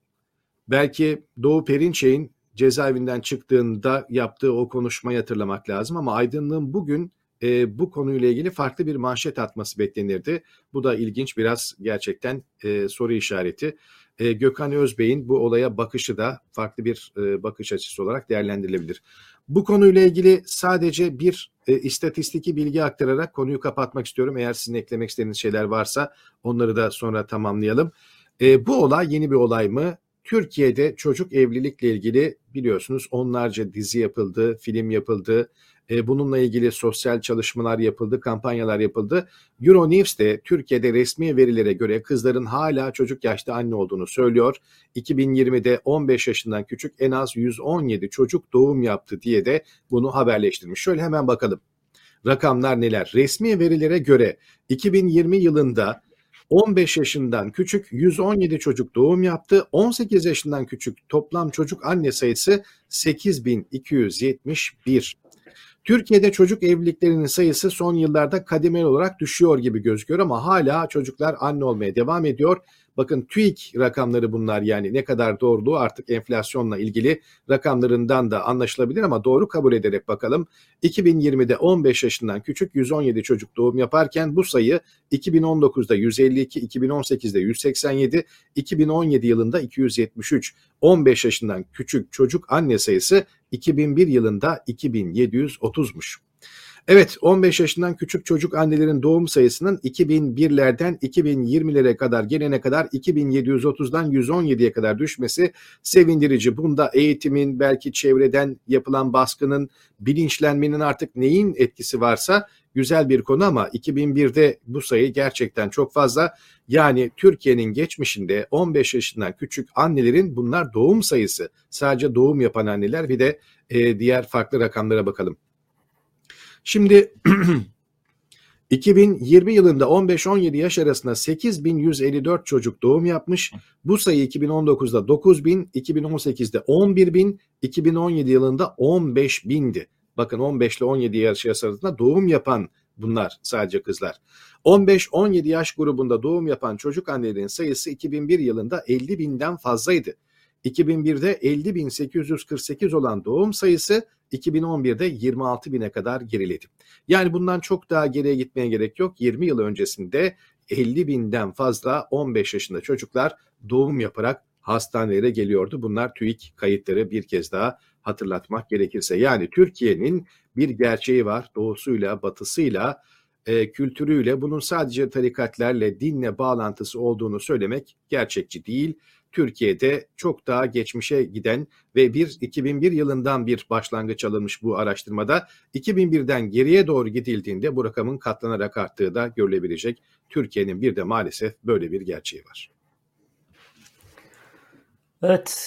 belki Doğu Perinçek'in cezaevinden çıktığında yaptığı o konuşmayı hatırlamak lazım ama Aydınlık'ın bugün E, bu konuyla ilgili farklı bir manşet atması beklenirdi. Bu da ilginç, biraz gerçekten e, soru işareti. E, Gökhan Özbey'in bu olaya bakışı da farklı bir e, bakış açısı olarak değerlendirilebilir. Bu konuyla ilgili sadece bir e, istatistiki bilgi aktararak konuyu kapatmak istiyorum. Eğer sizin eklemek istediğiniz şeyler varsa onları da sonra tamamlayalım. E, bu olay yeni bir olay mı? Türkiye'de çocuk evlilikle ilgili biliyorsunuz onlarca dizi yapıldı, film yapıldı. Bununla ilgili sosyal çalışmalar yapıldı, kampanyalar yapıldı. Euronews de Türkiye'de resmi verilere göre kızların hala çocuk yaşta anne olduğunu söylüyor. iki bin yirmide on beş yaşından küçük en az yüz on yedi çocuk doğum yaptı diye de bunu haberleştirmiş. Şöyle hemen bakalım. Rakamlar neler? Resmi verilere göre iki bin yirmi yılında on beş yaşından küçük yüz on yedi çocuk doğum yaptı. on sekiz yaşından küçük toplam çocuk anne sayısı sekiz bin iki yüz yetmiş bir. Türkiye'de çocuk evliliklerinin sayısı son yıllarda kademeli olarak düşüyor gibi gözüküyor ama hala çocuklar anne olmaya devam ediyor. Bakın TÜİK rakamları bunlar, yani ne kadar doğruluğu artık enflasyonla ilgili rakamlarından da anlaşılabilir ama doğru kabul ederek bakalım. iki bin yirmide on beş yaşından küçük yüz on yedi çocuk doğum yaparken bu sayı iki bin on dokuzda yüz elli iki, iki bin on sekizde yüz seksen yedi, iki bin on yedi yılında iki yüz yetmiş üç. on beş yaşından küçük çocuk anne sayısı iki bin bir yılında iki bin yedi yüz otuzmuş. Evet, on beş yaşından küçük çocuk annelerin doğum sayısının iki bin birlerden iki bin yirmilere kadar gelene kadar iki bin yedi yüz otuzdan yüz on yediye kadar düşmesi sevindirici. Bunda eğitimin, belki çevreden yapılan baskının, bilinçlenmenin, artık neyin etkisi varsa güzel bir konu ama iki bin birde bu sayı gerçekten çok fazla. Yani Türkiye'nin geçmişinde on beş yaşından küçük annelerin bunlar doğum sayısı. Sadece doğum yapan anneler, bir de e, diğer farklı rakamlara bakalım. Şimdi iki bin yirmi yılında on beş on yedi yaş arasında sekiz bin yüz elli dört çocuk doğum yapmış. Bu sayı iki bin on dokuzda dokuz bin, iki bin on sekizde on bir bin, iki bin on yedi yılında on beş bindi. Bakın on beş ile on yedi yaş arasında doğum yapan bunlar sadece kızlar. on beş on yedi yaş grubunda doğum yapan çocuk annelerin sayısı iki bin bir yılında elli binden fazlaydı. iki bin birde elli bin sekiz yüz kırk sekiz olan doğum sayısı iki bin on birde yirmi altı bine kadar geriledi. Yani bundan çok daha geriye gitmeye gerek yok. yirmi yıl öncesinde elli binden fazla on beş yaşında çocuklar doğum yaparak hastanelere geliyordu. Bunlar TÜİK kayıtları, bir kez daha hatırlatmak gerekirse. Yani Türkiye'nin bir gerçeği var, doğusuyla, batısıyla, e, kültürüyle. Bunun sadece tarikatlerle, dinle bağlantısı olduğunu söylemek gerçekçi değil. Türkiye'de çok daha geçmişe giden ve bir iki bin bir yılından bir başlangıç alınmış bu araştırmada. iki bin birden geriye doğru gidildiğinde bu rakamın katlanarak arttığı da görülebilecek. Türkiye'nin bir de maalesef böyle bir gerçeği var. Evet,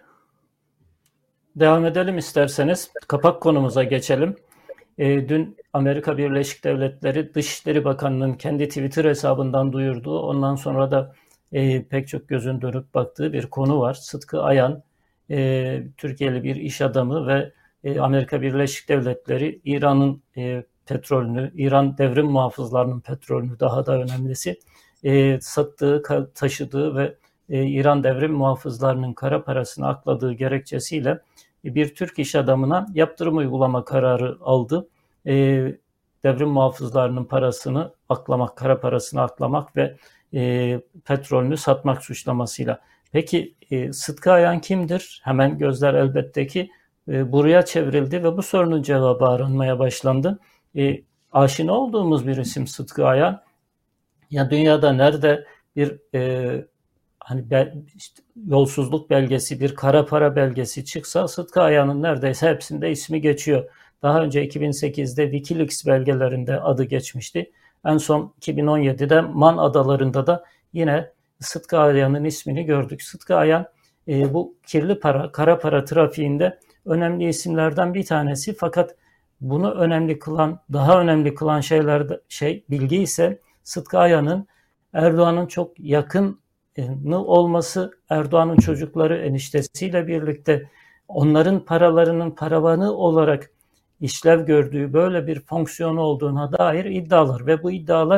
devam edelim isterseniz. Kapak konumuza geçelim. E, dün Amerika Birleşik Devletleri Dışişleri Bakanı'nın kendi Twitter hesabından duyurduğu, ondan sonra da e, pek çok gözün dönüp baktığı bir konu var. Sıtkı Ayan, e, Türkiye'li bir iş adamı ve e, Amerika Birleşik Devletleri İran'ın e, petrolünü, İran devrim muhafızlarının petrolünü, daha da önemlisi e, sattığı, taşıdığı ve e, İran devrim muhafızlarının kara parasını akladığı gerekçesiyle bir Türk iş adamına yaptırım uygulama kararı aldı. E, devrim muhafızlarının parasını aklamak, kara parasını aklamak ve e, petrolünü satmak suçlamasıyla. Peki e, Sıtkı Ayan kimdir? Hemen gözler elbette ki e, buraya çevrildi ve bu sorunun cevabı aranmaya başlandı. E, aşina olduğumuz bir isim Sıtkı Ayan. Ya dünyada nerede bir e, hani be, işte yolsuzluk belgesi, bir kara para belgesi çıksa Sıtkı Ayan'ın neredeyse hepsinde ismi geçiyor. Daha önce iki bin sekizde Wikileaks belgelerinde adı geçmişti. En son iki bin on yedide Man Adaları'nda da yine Sıtkı Ayan'ın ismini gördük. Sıtkı Ayan e, bu kirli para, kara para trafiğinde önemli isimlerden bir tanesi. Fakat bunu önemli kılan, daha önemli kılan şeyler şey bilgi ise Sıtkı Ayan'ın Erdoğan'ın çok yakın olması, Erdoğan'ın çocukları eniştesiyle birlikte onların paralarının paravanı olarak işlev gördüğü böyle bir fonksiyonu olduğuna dair iddialar ve bu iddialar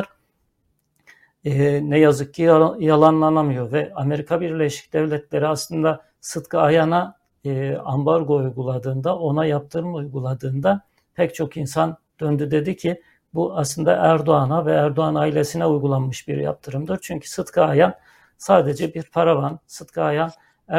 e, ne yazık ki yalanlanamıyor ve Amerika Birleşik Devletleri aslında Sıtkı Ayan'a e, ambargo uyguladığında, ona yaptırım uyguladığında pek çok insan döndü dedi ki bu aslında Erdoğan'a ve Erdoğan ailesine uygulanmış bir yaptırımdır. Çünkü Sıtkı Ayan sadece bir paravan. Sıtkı Ayan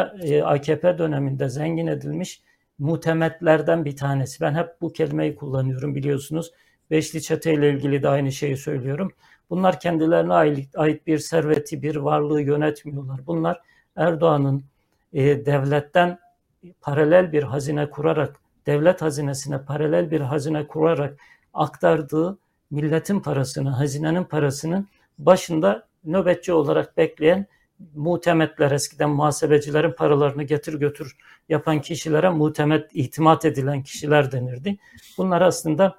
A K P döneminde zengin edilmiş muhtemetlerden bir tanesi. Ben hep bu kelimeyi kullanıyorum biliyorsunuz. Beşli Çete ile ilgili de aynı şeyi söylüyorum. Bunlar kendilerine ait, ait bir serveti, bir varlığı yönetmiyorlar. Bunlar Erdoğan'ın e, devletten paralel bir hazine kurarak, devlet hazinesine paralel bir hazine kurarak aktardığı milletin parasını, hazinenin parasının başında nöbetçi olarak bekleyen muhtemetler, eskiden muhasebecilerin paralarını getir götür yapan kişilere muhtemet, itimat edilen kişiler denirdi. Bunlar aslında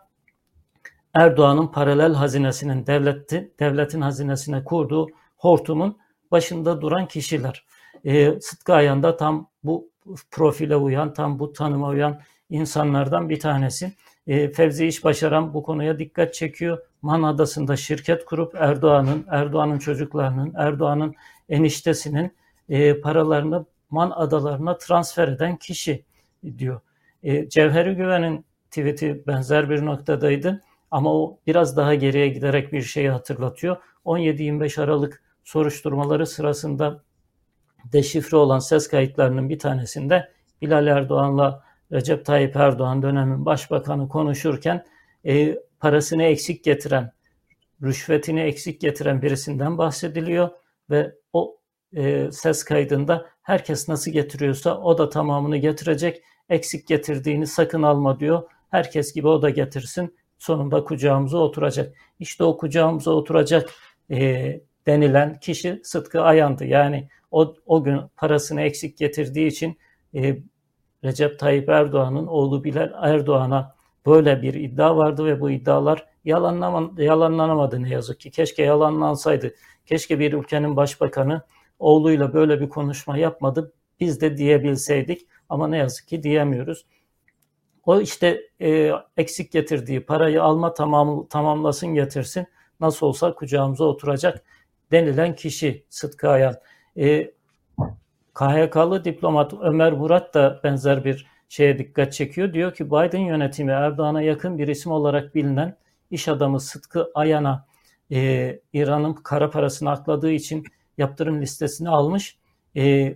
Erdoğan'ın paralel hazinesinin, devleti, devletin hazinesine kurduğu hortumun başında duran kişiler. E, Sıtkı Ayan da tam bu profile uyan, tam bu tanıma uyan insanlardan bir tanesi. E, Fevzi İşbaşaran bu konuya dikkat çekiyor. Man Adası'nda şirket kurup Erdoğan'ın, Erdoğan'ın çocuklarının, Erdoğan'ın eniştesinin e, paralarını Man Adalarına transfer eden kişi diyor. E, Cevheri Güven'in tweet'i benzer bir noktadaydı ama o biraz daha geriye giderek bir şeyi hatırlatıyor. on yedi yirmi beş Aralık soruşturmaları sırasında deşifre olan ses kayıtlarının bir tanesinde Bilal Erdoğan'la Recep Tayyip Erdoğan dönemin başbakanı konuşurken e, parasını eksik getiren, rüşvetini eksik getiren birisinden bahsediliyor ve o e, ses kaydında herkes nasıl getiriyorsa o da tamamını getirecek, eksik getirdiğini sakın alma diyor. Herkes gibi o da getirsin, sonunda kucağımıza oturacak. İşte o kucağımıza oturacak e, denilen kişi Sıtkı Ayan'dı. Yani o, o gün parasını eksik getirdiği için e, Recep Tayyip Erdoğan'ın oğlu Bilal Erdoğan'a böyle bir iddia vardı ve bu iddialar yalanlanamadı ne yazık ki. Keşke yalanlansaydı. Keşke bir ülkenin başbakanı oğluyla böyle bir konuşma yapmadı, biz de diyebilseydik ama ne yazık ki diyemiyoruz. O işte e, eksik getirdiği parayı alma tamam, tamamlasın getirsin. Nasıl olsa kucağımıza oturacak denilen kişi Sıtkı Ayan. E, K H K'lı diplomat Ömer Murat da benzer bir şeye dikkat çekiyor. Diyor ki Biden yönetimi Erdoğan'a yakın bir isim olarak bilinen iş adamı Sıtkı Ayan'a e, İran'ın kara parasını akladığı için yaptırım listesine almış. E,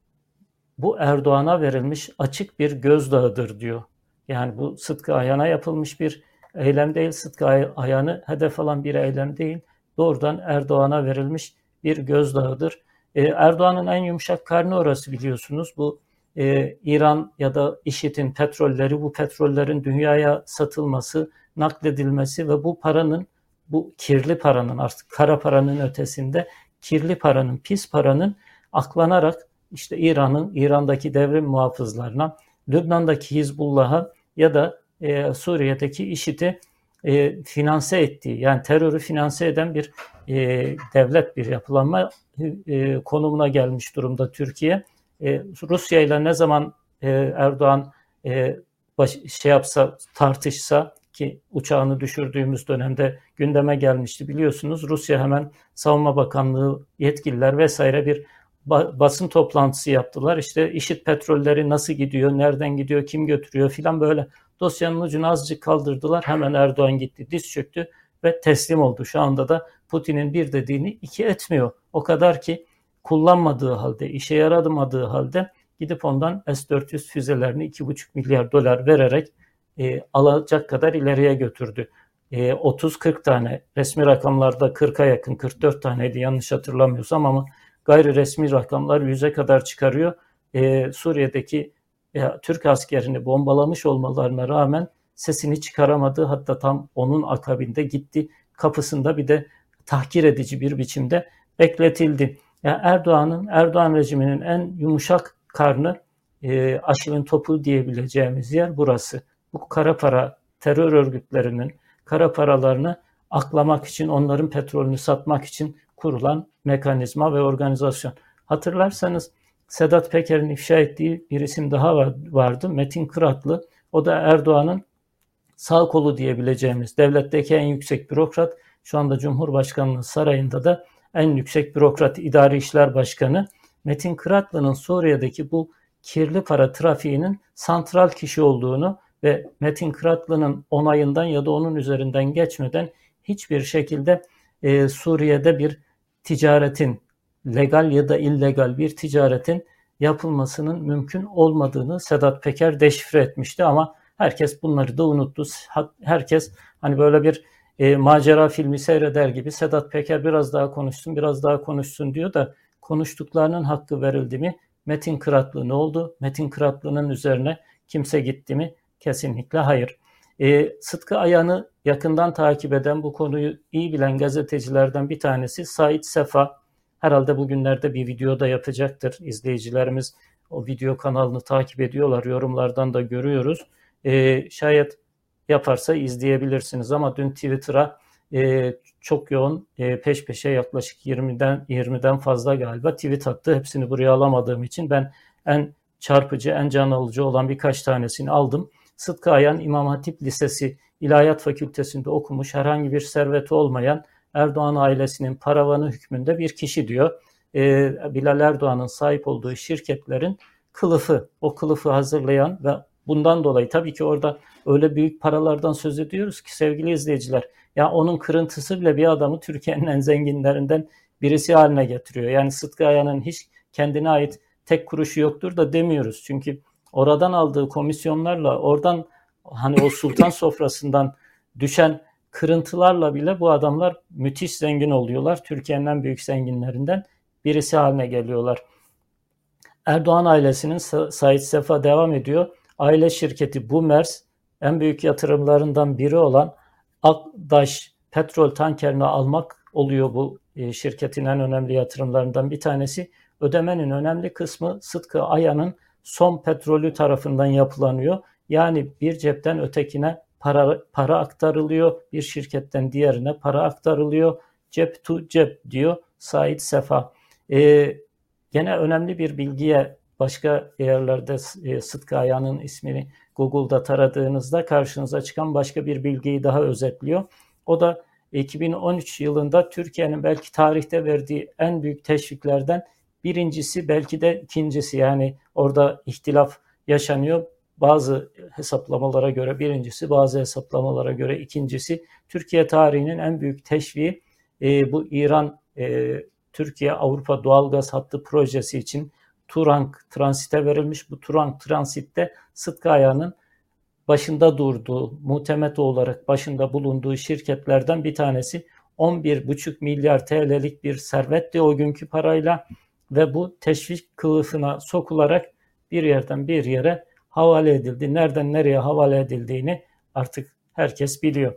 bu Erdoğan'a verilmiş açık bir gözdağıdır diyor. Yani bu Sıtkı Ayan'a yapılmış bir eylem değil, Sıtkı Ayan'ı hedef alan bir eylem değil, doğrudan Erdoğan'a verilmiş bir gözdağıdır. Ee, Erdoğan'ın en yumuşak karnı orası biliyorsunuz. Bu e, İran ya da IŞİD'in petrolleri, bu petrollerin dünyaya satılması, nakledilmesi ve bu paranın, bu kirli paranın, artık kara paranın ötesinde kirli paranın, pis paranın aklanarak işte İran'ın, İran'daki devrim muhafızlarına, Lübnan'daki Hizbullah'a ya da e, Suriye'deki IŞİD'i e, finanse ettiği, yani terörü finanse eden bir e, devlet, bir yapılanma e, konumuna gelmiş durumda Türkiye. E, Rusya ile ne zaman e, Erdoğan e, baş, şey yapsa, tartışsa, ki uçağını düşürdüğümüz dönemde gündeme gelmişti biliyorsunuz. Rusya hemen Savunma Bakanlığı yetkililer vesaire bir basın toplantısı yaptılar. İşte IŞİD petrolleri nasıl gidiyor, nereden gidiyor, kim götürüyor filan, böyle dosyanın ucunu azıcık kaldırdılar. Hemen Erdoğan gitti, diz çöktü ve teslim oldu. Şu anda da Putin'in bir dediğini iki etmiyor. O kadar ki kullanmadığı halde, işe yaramadığı halde gidip ondan S dört yüz füzelerini iki buçuk milyar dolar vererek e, alacak kadar ileriye götürdü. E, otuz kırk tane, resmi rakamlarda kırka yakın, kırk dört taneydi yanlış hatırlamıyorsam, ama gayri resmi rakamlar yüze kadar çıkarıyor. Ee, Suriye'deki e, Türk askerini bombalamış olmalarına rağmen sesini çıkaramadı. Hatta tam onun akabinde gitti. Kapısında bir de tahkir edici bir biçimde bekletildi. Yani Erdoğan'ın, Erdoğan rejiminin en yumuşak karnı, e, aşılın topu diyebileceğimiz yer burası. Bu kara para terör örgütlerinin kara paralarını aklamak için, onların petrolünü satmak için kurulan mekanizma ve organizasyon. Hatırlarsanız Sedat Peker'in ifşa ettiği bir isim daha vardı. Metin Kıratlı. O da Erdoğan'ın sağ kolu diyebileceğimiz, devletteki en yüksek bürokrat. Şu anda Cumhurbaşkanlığı sarayında da en yüksek bürokrat, idari işler başkanı. Metin Kıratlı'nın Suriye'deki bu kirli para trafiğinin santral kişi olduğunu ve Metin Kıratlı'nın onayından ya da onun üzerinden geçmeden hiçbir şekilde e, Suriye'de bir ticaretin, legal ya da illegal bir ticaretin yapılmasının mümkün olmadığını Sedat Peker deşifre etmişti, ama herkes bunları da unuttu. Herkes hani böyle bir e, macera filmi seyreder gibi Sedat Peker biraz daha konuşsun, biraz daha konuşsun diyor da konuştuklarının hakkı verildi mi? Metin Kıratlı ne oldu? Metin Kıratlı'nın üzerine kimse gitti mi? Kesinlikle hayır. E, Sıtkı Ayan'ı yakından takip eden, bu konuyu iyi bilen gazetecilerden bir tanesi Sait Sefa. Herhalde bugünlerde bir video da yapacaktır. İzleyicilerimiz o video kanalını takip ediyorlar. Yorumlardan da görüyoruz. E, şayet yaparsa izleyebilirsiniz, ama dün Twitter'a e, çok yoğun e, peş peşe yaklaşık yirmiden yirmiden fazla galiba tweet attı. Hepsini buraya alamadığım için ben en çarpıcı, en can alıcı olan birkaç tanesini aldım. Sıtkı Ayan İmam Hatip Lisesi İlahiyat Fakültesi'nde okumuş, herhangi bir serveti olmayan, Erdoğan ailesinin paravanı hükmünde bir kişi diyor. Ee, Bilal Erdoğan'ın sahip olduğu şirketlerin kılıfı, o kılıfı hazırlayan ve bundan dolayı tabii ki orada öyle büyük paralardan söz ediyoruz ki sevgili izleyiciler, ya onun kırıntısı bile bir adamı Türkiye'nin en zenginlerinden birisi haline getiriyor. Yani Sıtkı Ayan'ın hiç kendine ait tek kuruşu yoktur da demiyoruz. Çünkü oradan aldığı komisyonlarla, oradan hani o sultan sofrasından düşen kırıntılarla bile bu adamlar müthiş zengin oluyorlar. Türkiye'nin en büyük zenginlerinden birisi haline geliyorlar. Erdoğan ailesinin, Sait Sefa devam ediyor, aile şirketi Bumers en büyük yatırımlarından biri olan Akdaş petrol tankerini almak oluyor bu şirketin en önemli yatırımlarından bir tanesi. Ödemenin önemli kısmı Sıtkı Ayan'ın Som petrolü tarafından yapılanıyor. Yani bir cepten ötekine para, para aktarılıyor, bir şirketten diğerine para aktarılıyor. Cep to cep diyor Sait Sefa. Ee, gene önemli bir bilgiye başka yerlerde e, Sıtkı Ayağan'ın ismini Google'da taradığınızda karşınıza çıkan başka bir bilgiyi daha özetliyor. O da iki bin on üç yılında Türkiye'nin belki tarihte verdiği en büyük teşviklerden birincisi, belki de ikincisi, yani orada ihtilaf yaşanıyor. Bazı hesaplamalara göre birincisi, bazı hesaplamalara göre ikincisi. Türkiye tarihinin en büyük teşviği e, bu İran e, Türkiye Avrupa Doğalgaz Hattı projesi için Turank Transit'e verilmiş. Bu Turank Transit'te Sıtkı Ayağan'ın başında durduğu, muhtemet olarak başında bulunduğu şirketlerden bir tanesi. on bir buçuk milyar T L'lik bir servetti o günkü parayla ve bu teşvik kılıfına sokularak bir yerden bir yere havale edildi. Nereden nereye havale edildiğini artık herkes biliyor.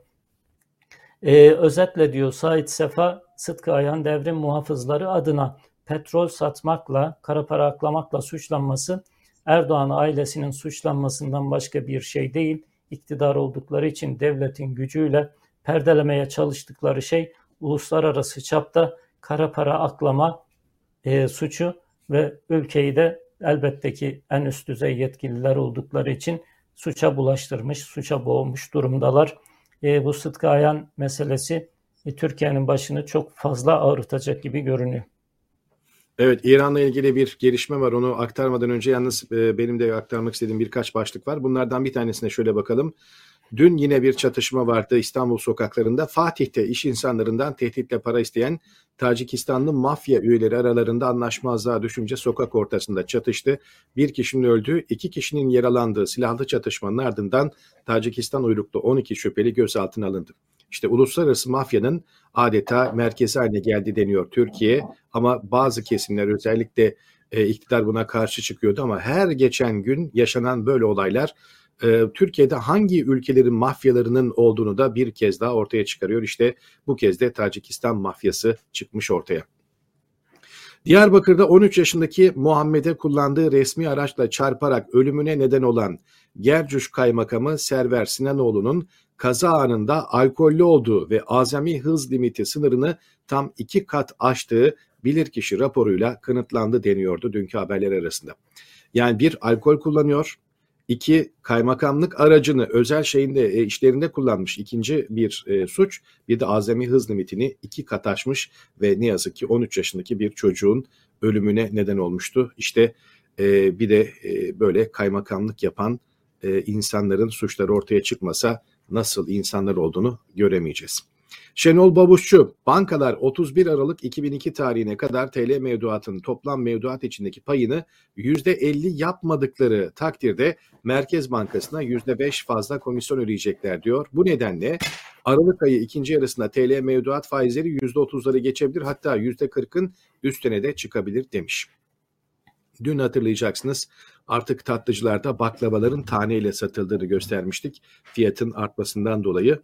Ee, özetle diyor Sait Sefa, Sıtkı Ayağan devrim muhafızları adına petrol satmakla, kara para aklamakla suçlanması Erdoğan ailesinin suçlanmasından başka bir şey değil. İktidar oldukları için devletin gücüyle perdelemeye çalıştıkları şey uluslararası çapta kara para aklama e, suçu ve ülkeyi de elbette ki en üst düzey yetkililer oldukları için suça bulaştırmış, suça boğmuş durumdalar. E, bu Sıtkı Ayağan meselesi e, Türkiye'nin başını çok fazla ağrıtacak gibi görünüyor. Evet, İran'la ilgili bir gelişme var. Onu aktarmadan önce yalnız e, benim de aktarmak istediğim birkaç başlık var. Bunlardan bir tanesine şöyle bakalım. Dün yine bir çatışma vardı İstanbul sokaklarında. Fatih'te iş insanlarından tehditle para isteyen Tacikistanlı mafya üyeleri aralarında anlaşmazlığa düşünce sokak ortasında çatıştı. Bir kişinin öldüğü, iki kişinin yaralandığı silahlı çatışmanın ardından Tacikistan uyruklu on iki şüpheli gözaltına alındı. İşte uluslararası mafyanın adeta merkezi haline geldi deniyor Türkiye, ama bazı kesimler, özellikle e, iktidar buna karşı çıkıyordu, ama her geçen gün yaşanan böyle olaylar e, Türkiye'de hangi ülkelerin mafyalarının olduğunu da bir kez daha ortaya çıkarıyor. İşte bu kez de Tacikistan mafyası çıkmış ortaya. Diyarbakır'da on üç yaşındaki Muhammed'e kullandığı resmi araçla çarparak ölümüne neden olan Gercüş Kaymakamı Server Sinanoğlu'nun kaza anında alkollü olduğu ve azami hız limiti sınırını tam iki kat aştığı bilirkişi raporuyla kanıtlandı deniyordu dünkü haberler arasında. Yani bir, alkol kullanıyor. İki, kaymakamlık aracını özel şeyinde, e, işlerinde kullanmış, ikinci bir e, suç. Bir de azami hız limitini iki kat aşmış ve ne yazık ki on üç yaşındaki bir çocuğun ölümüne neden olmuştu. İşte e, bir de e, böyle kaymakamlık yapan e, insanların suçları ortaya çıkmasa nasıl insanlar olduğunu göremeyeceğiz. Şenol Babuşçu, bankalar otuz bir Aralık iki bin iki tarihine kadar T L mevduatının toplam mevduat içindeki payını yüzde elli yapmadıkları takdirde Merkez Bankası'na yüzde beş fazla komisyon ödeyecekler diyor. Bu nedenle Aralık ayı ikinci yarısında T L mevduat faizleri yüzde otuzları geçebilir, hatta yüzde kırkın üstüne de çıkabilir demiş. Dün hatırlayacaksınız, artık tatlıcılarda baklavaların taneyle satıldığını göstermiştik fiyatın artmasından dolayı.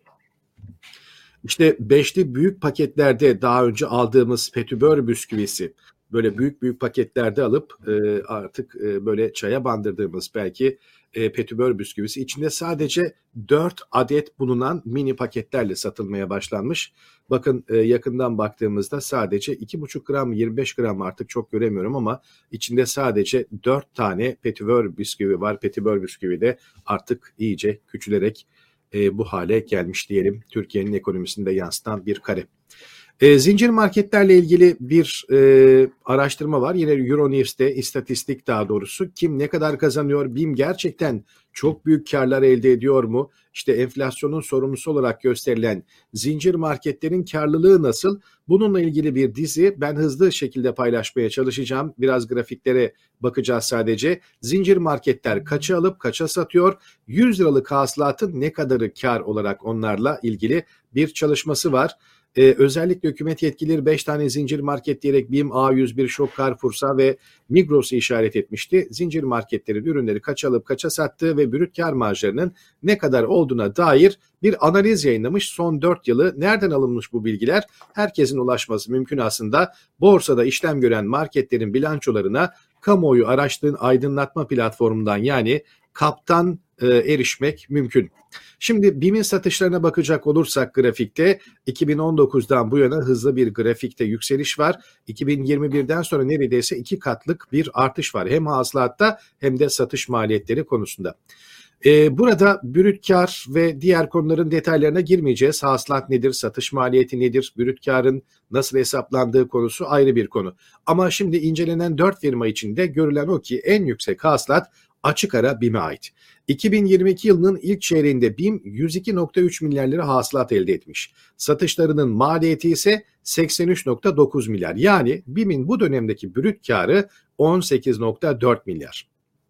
İşte beşli büyük paketlerde daha önce aldığımız petibör bisküvisi, böyle büyük büyük paketlerde alıp e, artık e, böyle çaya bandırdığımız belki e, petibör bisküvisi içinde sadece dört adet bulunan mini paketlerle satılmaya başlanmış. Bakın e, yakından baktığımızda sadece iki buçuk gram, yirmi beş gram, artık çok göremiyorum, ama içinde sadece dört tane petibör bisküvi var. Petibör bisküvi de artık iyice küçülerek E, bu hale gelmiş diyelim. Türkiye'nin ekonomisinde yansıtan bir kare. E, zincir marketlerle ilgili bir e, araştırma var. Yine Euronews'te, istatistik daha doğrusu. Kim ne kadar kazanıyor? BİM gerçekten çok büyük karlar elde ediyor mu? İşte enflasyonun sorumlusu olarak gösterilen zincir marketlerin karlılığı nasıl? Bununla ilgili bir dizi ben hızlı şekilde paylaşmaya çalışacağım. Biraz grafiklere bakacağız sadece. Zincir marketler kaça alıp kaça satıyor? yüz liralık hasılatın ne kadarı kar olarak, onlarla ilgili bir çalışması var. Ee, özellikle hükümet yetkilileri beş tane zincir market diyerek BİM, A yüz bir, Şok, Carrefour'sa ve Migros'u işaret etmişti. Zincir marketlerin ürünleri kaça alıp kaça sattığı ve brüt kar marjlarının ne kadar olduğuna dair bir analiz yayınlamış. Son dört yılı nereden alınmış bu bilgiler? Herkesin ulaşması mümkün aslında. Borsada işlem gören marketlerin bilançolarına kamuoyu araçların aydınlatma platformundan, yani Kaptan e, erişmek mümkün. Şimdi BİM'in satışlarına bakacak olursak grafikte iki bin on dokuzdan bu yana hızlı bir grafikte yükseliş var. iki bin yirmi birden sonra neredeyse iki katlık bir artış var. Hem hasılatta hem de satış maliyetleri konusunda. Ee, burada brüt kar ve diğer konuların detaylarına girmeyeceğiz. Hasılat nedir, satış maliyeti nedir, brüt karın nasıl hesaplandığı konusu ayrı bir konu. Ama şimdi incelenen dört firma içinde görülen o ki en yüksek hasılat açık ara BİM'e ait. iki bin yirmi iki yılının ilk çeyreğinde BİM yüz iki virgül üç milyar lira hasılat elde etmiş. Satışlarının maliyeti ise seksen üç virgül dokuz milyar. Yani BİM'in bu dönemdeki brüt karı on sekiz virgül dört milyar.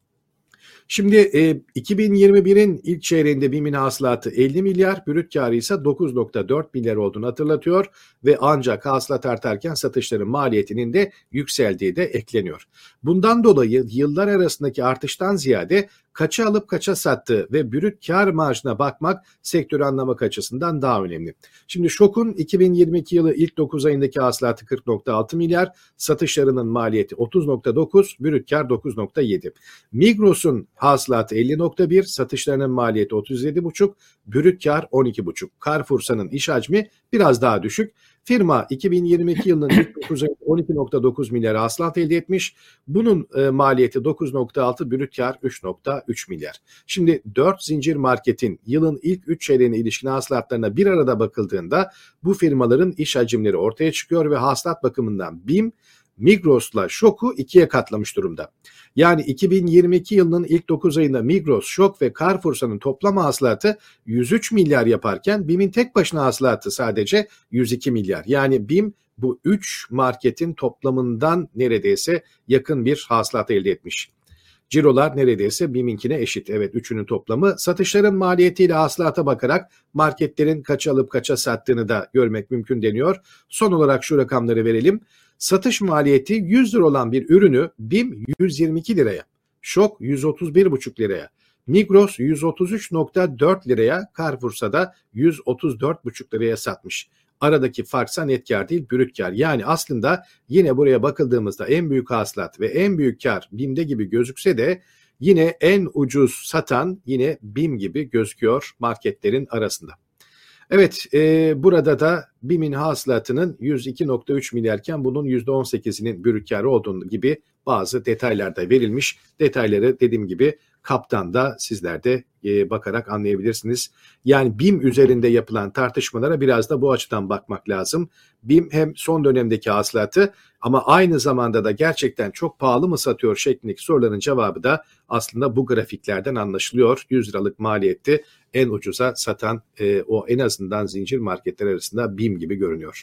Şimdi e, iki bin yirmi birin ilk çeyreğinde BİM'in hasılatı elli milyar, brüt karı ise dokuz virgül dört milyar olduğunu hatırlatıyor ve ancak hasılat artarken satışların maliyetinin de yükseldiği de ekleniyor. Bundan dolayı yıllar arasındaki artıştan ziyade kaça alıp kaça sattığı ve brüt kar marjına bakmak sektörü anlamak açısından daha önemli. Şimdi Şok'un iki bin yirmi iki yılı ilk dokuz ayındaki hasılatı kırk virgül altı milyar, satışlarının maliyeti otuz virgül dokuz, brüt kar dokuz virgül yedi. Migros'un hasılatı elli virgül bir, satışlarının maliyeti otuz yedi virgül beş, brüt kar on iki virgül beş. Carrefour'un iş hacmi biraz daha düşük. Firma iki bin yirmi iki yılının ilk dokuz ayında on iki virgül dokuz milyar hasılat elde etmiş. Bunun e, maliyeti dokuz virgül altı, brüt kar üç virgül üç milyar. Şimdi dört zincir marketin yılın ilk üç çeyreğine ilişkin hasılatlarına bir arada bakıldığında bu firmaların iş hacimleri ortaya çıkıyor ve hasılat bakımından BİM Migros'la Şok'u ikiye katlamış durumda. Yani iki bin yirmi iki yılının ilk dokuz ayında Migros, Şok ve Carrefour'un toplam hasılatı yüz üç milyar yaparken BİM'in tek başına hasılatı sadece yüz iki milyar. Yani BİM bu üç marketin toplamından neredeyse yakın bir hasılat elde etmiş. Cirolar neredeyse BİM'inkine eşit. Evet, üçünün toplamı. Satışların maliyetiyle hasılata bakarak marketlerin kaça alıp kaça sattığını da görmek mümkün deniyor. Son olarak şu rakamları verelim. Satış maliyeti yüz lira olan bir ürünü BİM yüz yirmi iki liraya, Şok yüz otuz bir buçuk liraya, Migros yüz otuz üç virgül dört liraya, Carrefour'sa da yüz otuz dört buçuk liraya satmış. Aradaki farksa net kar değil, brüt kar. Yani aslında yine buraya bakıldığımızda en büyük hasılat ve en büyük kar BİM'de gibi gözükse de yine en ucuz satan yine BİM gibi gözüküyor marketlerin arasında. Evet, e, burada da BİM'in hasılatının yüz iki virgül üç milyarken bunun yüzde on sekizinin brüt karı olduğu gibi bazı detaylar da verilmiş. Detayları dediğim gibi Kaptan da sizler de e, bakarak anlayabilirsiniz. Yani BİM üzerinde yapılan tartışmalara biraz da bu açıdan bakmak lazım. BİM hem son dönemdeki hasılatı ama aynı zamanda da gerçekten çok pahalı mı satıyor şeklindeki soruların cevabı da aslında bu grafiklerden anlaşılıyor. yüz liralık maliyeti en ucuza satan e, o en azından zincir marketler arasında BİM gibi görünüyor.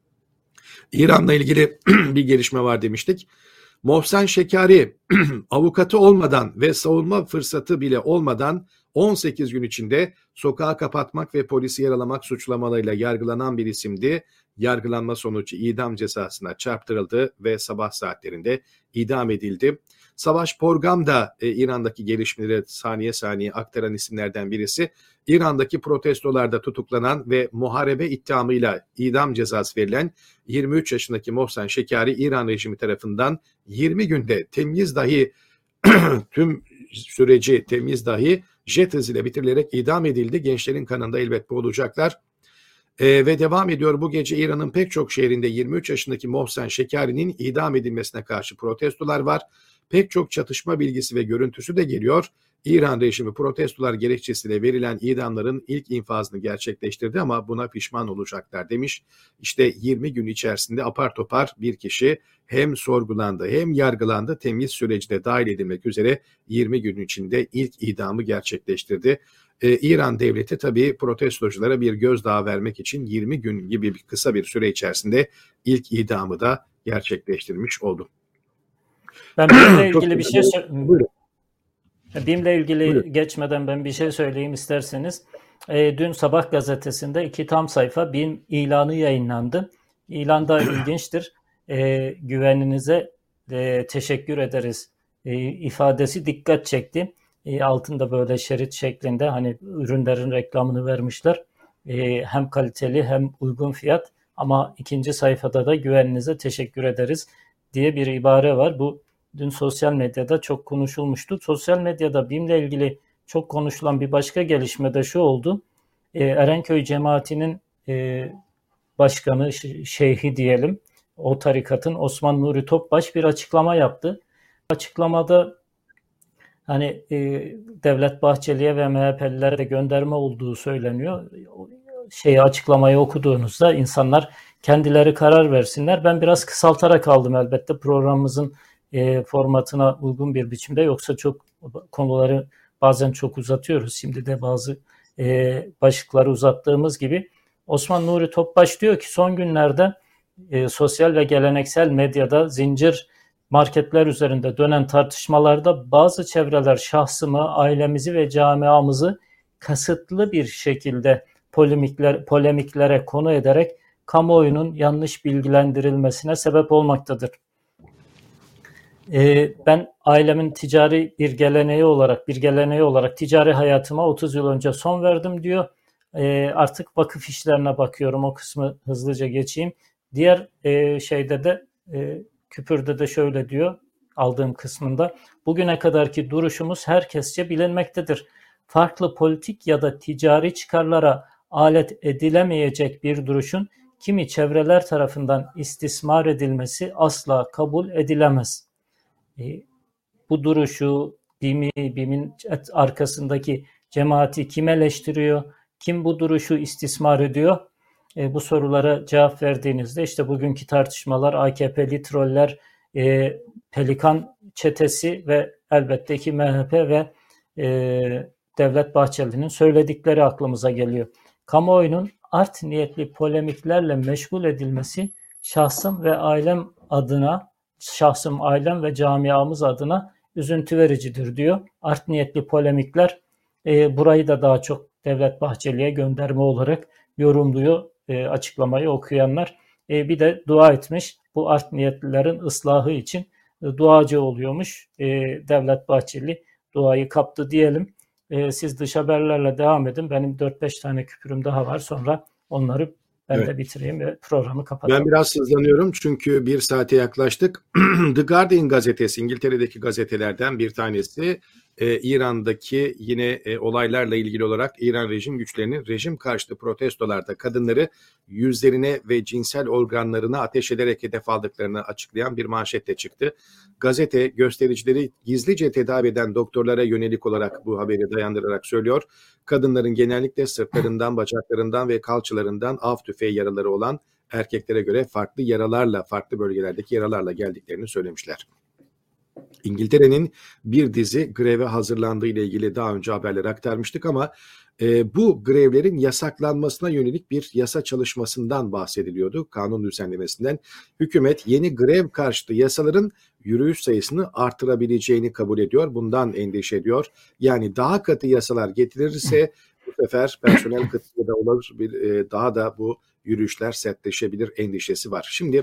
İran'la ilgili bir gelişme var demiştik. Mohsen Şekari avukatı olmadan ve savunma fırsatı bile olmadan on sekiz gün içinde sokağa kapatmak ve polisi yaralamak suçlamalarıyla yargılanan bir isimdi. Yargılanma sonucu idam cezasına çarptırıldı ve sabah saatlerinde idam edildi. Savaş Porgam da e, İran'daki gelişmeleri saniye saniye aktaran isimlerden birisi. İran'daki protestolarda tutuklanan ve muharebe ithamıyla idam cezası verilen yirmi üç yaşındaki Mohsen Şekari İran rejimi tarafından yirmi günde temyiz dahi tüm süreci temyiz dahi jet hızıyla bitirilerek idam edildi. Gençlerin kanında elbet boğulacaklar. Ee, ve devam ediyor bu gece İran'ın pek çok şehrinde yirmi üç yaşındaki Mohsen Şekari'nin idam edilmesine karşı protestolar var. Pek çok çatışma bilgisi ve görüntüsü de geliyor. İran rejimi protestolar gerekçesiyle verilen idamların ilk infazını gerçekleştirdi ama buna pişman olacaklar demiş. İşte yirmi gün içerisinde apar topar bir kişi hem sorgulandı hem yargılandı, temyiz sürecine dahil edilmek üzere yirmi gün içinde ilk idamı gerçekleştirdi. Ee, İran devleti tabii protestoculara bir gözdağı vermek için yirmi gün gibi bir kısa bir süre içerisinde ilk idamı da gerçekleştirmiş oldu. Ben BİM'le ilgili bir şey söyleyeyim. BİM'le ilgili Buyurun. Geçmeden ben bir şey söyleyeyim isterseniz. E, dün Sabah gazetesinde iki tam sayfa BİM ilanı yayınlandı. İlan da ilginçtir. E, güveninize e, teşekkür ederiz e, ifadesi dikkat çekti. E, altında böyle şerit şeklinde hani ürünlerin reklamını vermişler. E, hem kaliteli hem uygun fiyat ama ikinci sayfada da güveninize teşekkür ederiz diye bir ibare var. Bu dün sosyal medyada çok konuşulmuştu. Sosyal medyada BİM'le ilgili çok konuşulan bir başka gelişme de şu oldu. E, Erenköy cemaatinin e, başkanı, şeyhi diyelim, o tarikatın Osman Nuri Topbaş bir açıklama yaptı. Açıklamada hani e, Devlet Bahçeli'ye ve M H P'lilere de gönderme olduğu söyleniyor. Şeyi açıklamayı okuduğunuzda insanlar kendileri karar versinler. Ben biraz kısaltarak aldım elbette programımızın e, formatına uygun bir biçimde. Yoksa çok konuları bazen çok uzatıyoruz. Şimdi de bazı e, başlıkları uzattığımız gibi. Osman Nuri Topbaş diyor ki son günlerde e, sosyal ve geleneksel medyada zincir marketler üzerinde dönen tartışmalarda bazı çevreler şahsımı, ailemizi ve camiamızı kasıtlı bir şekilde polemikler, polemiklere konu ederek kamuoyunun yanlış bilgilendirilmesine sebep olmaktadır. Ee, ben ailemin ticari bir geleneği olarak, bir geleneği olarak ticari hayatıma otuz yıl önce son verdim diyor. Ee, artık vakıf işlerine bakıyorum. O kısmı hızlıca geçeyim. Diğer e, şeyde de e, küpürde de şöyle diyor aldığım kısmında. Bugüne kadarki duruşumuz herkesçe bilinmektedir. Farklı politik ya da ticari çıkarlara alet edilemeyecek bir duruşun kimi çevreler tarafından istismar edilmesi asla kabul edilemez. E, bu duruşu, BİM'i, BİM'in arkasındaki cemaati kim eleştiriyor? Kim bu duruşu istismar ediyor? E, bu sorulara cevap verdiğinizde işte bugünkü tartışmalar A K P'li troller, e, Pelikan çetesi ve elbette ki M H P ve e, Devlet Bahçeli'nin söyledikleri aklımıza geliyor. Kamuoyunun art niyetli polemiklerle meşgul edilmesi şahsım ve ailem adına, şahsım, ailem ve camiamız adına üzüntü vericidir diyor. Art niyetli polemikler, e, burayı da daha çok Devlet Bahçeli'ye gönderme olarak yorumluyor e, açıklamayı okuyanlar. E, bir de dua etmiş. Bu art niyetlilerin ıslahı için e, duacı oluyormuş. E, Devlet Bahçeli duayı kaptı diyelim. E, siz dış haberlerle devam edin. Benim dört beş tane küpürüm daha var. Sonra onları ben evet. de bitireyim ve programı kapatalım. Ben biraz hızlanıyorum çünkü bir saate yaklaştık. The Guardian gazetesi, İngiltere'deki gazetelerden bir tanesi. Ee, İran'daki yine e, olaylarla ilgili olarak İran rejim güçlerinin rejim karşıtı protestolarda kadınları yüzlerine ve cinsel organlarına ateş ederek hedef aldıklarını açıklayan bir manşetle çıktı. Gazete göstericileri gizlice tedavi eden doktorlara yönelik olarak bu haberi dayandırarak söylüyor. Kadınların genellikle sırtlarından, bacaklarından ve kalçalarından av tüfeği yaraları olan erkeklere göre farklı yaralarla, farklı bölgelerdeki yaralarla geldiklerini söylemişler. İngiltere'nin bir dizi greve hazırlandığı ile ilgili daha önce haberler aktarmıştık ama e, bu grevlerin yasaklanmasına yönelik bir yasa çalışmasından bahsediliyordu. Kanun düzenlemesinden. Hükümet yeni grev karşıtı yasaların yürüyüş sayısını artırabileceğini kabul ediyor. Bundan endişe ediyor. Yani daha katı yasalar getirilirse bu sefer personel kıtlığı da olur. Bir, e, daha da bu yürüyüşler sertleşebilir endişesi var. Şimdi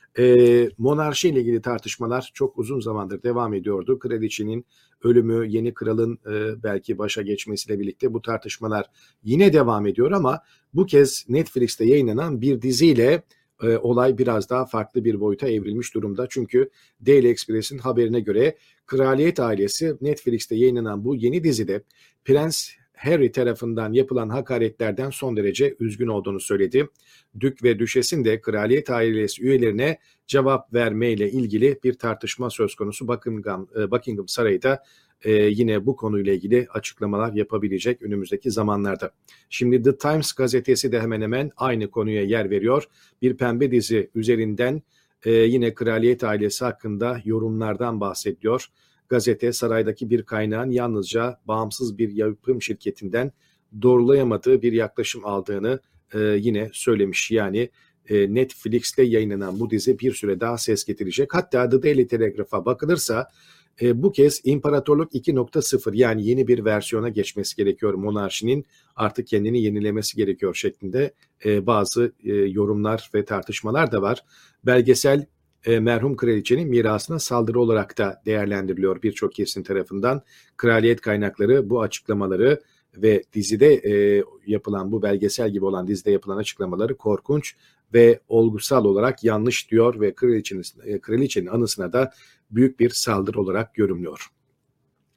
E, monarşi ile ilgili tartışmalar çok uzun zamandır devam ediyordu. Kraliçenin ölümü, yeni kralın e, belki başa geçmesiyle birlikte bu tartışmalar yine devam ediyor ama bu kez Netflix'te yayınlanan bir diziyle e, olay biraz daha farklı bir boyuta evrilmiş durumda. Çünkü Daily Express'in haberine göre kraliyet ailesi Netflix'te yayınlanan bu yeni dizide Prens Harry tarafından yapılan hakaretlerden son derece üzgün olduğunu söyledi. Dük ve Düşes'in de kraliyet ailesi üyelerine cevap vermeyle ilgili bir tartışma söz konusu. Buckingham, Buckingham Sarayı da e, yine bu konuyla ilgili açıklamalar yapabilecek önümüzdeki zamanlarda. Şimdi The Times gazetesi de hemen hemen aynı konuya yer veriyor. Bir pembe dizi üzerinden e, yine kraliyet ailesi hakkında yorumlardan bahsediyor. Gazete saraydaki bir kaynağın yalnızca bağımsız bir yapım şirketinden doğrulayamadığı bir yaklaşım aldığını e, yine söylemiş. Yani e, Netflix'te yayınlanan bu dizi bir süre daha ses getirecek. Hatta The Daily Telegraph'a bakılırsa e, bu kez İmparatorluk iki nokta sıfır yani yeni bir versiyona geçmesi gerekiyor. Monarşinin artık kendini yenilemesi gerekiyor şeklinde e, bazı e, yorumlar ve tartışmalar da var. Belgesel E, merhum kraliçenin mirasına saldırı olarak da değerlendiriliyor birçok kesim tarafından. Kraliyet kaynakları bu açıklamaları ve dizide e, yapılan bu belgesel gibi olan dizide yapılan açıklamaları korkunç ve olgusal olarak yanlış diyor ve kraliçenin, e, kraliçenin anısına da büyük bir saldırı olarak yorumluyor.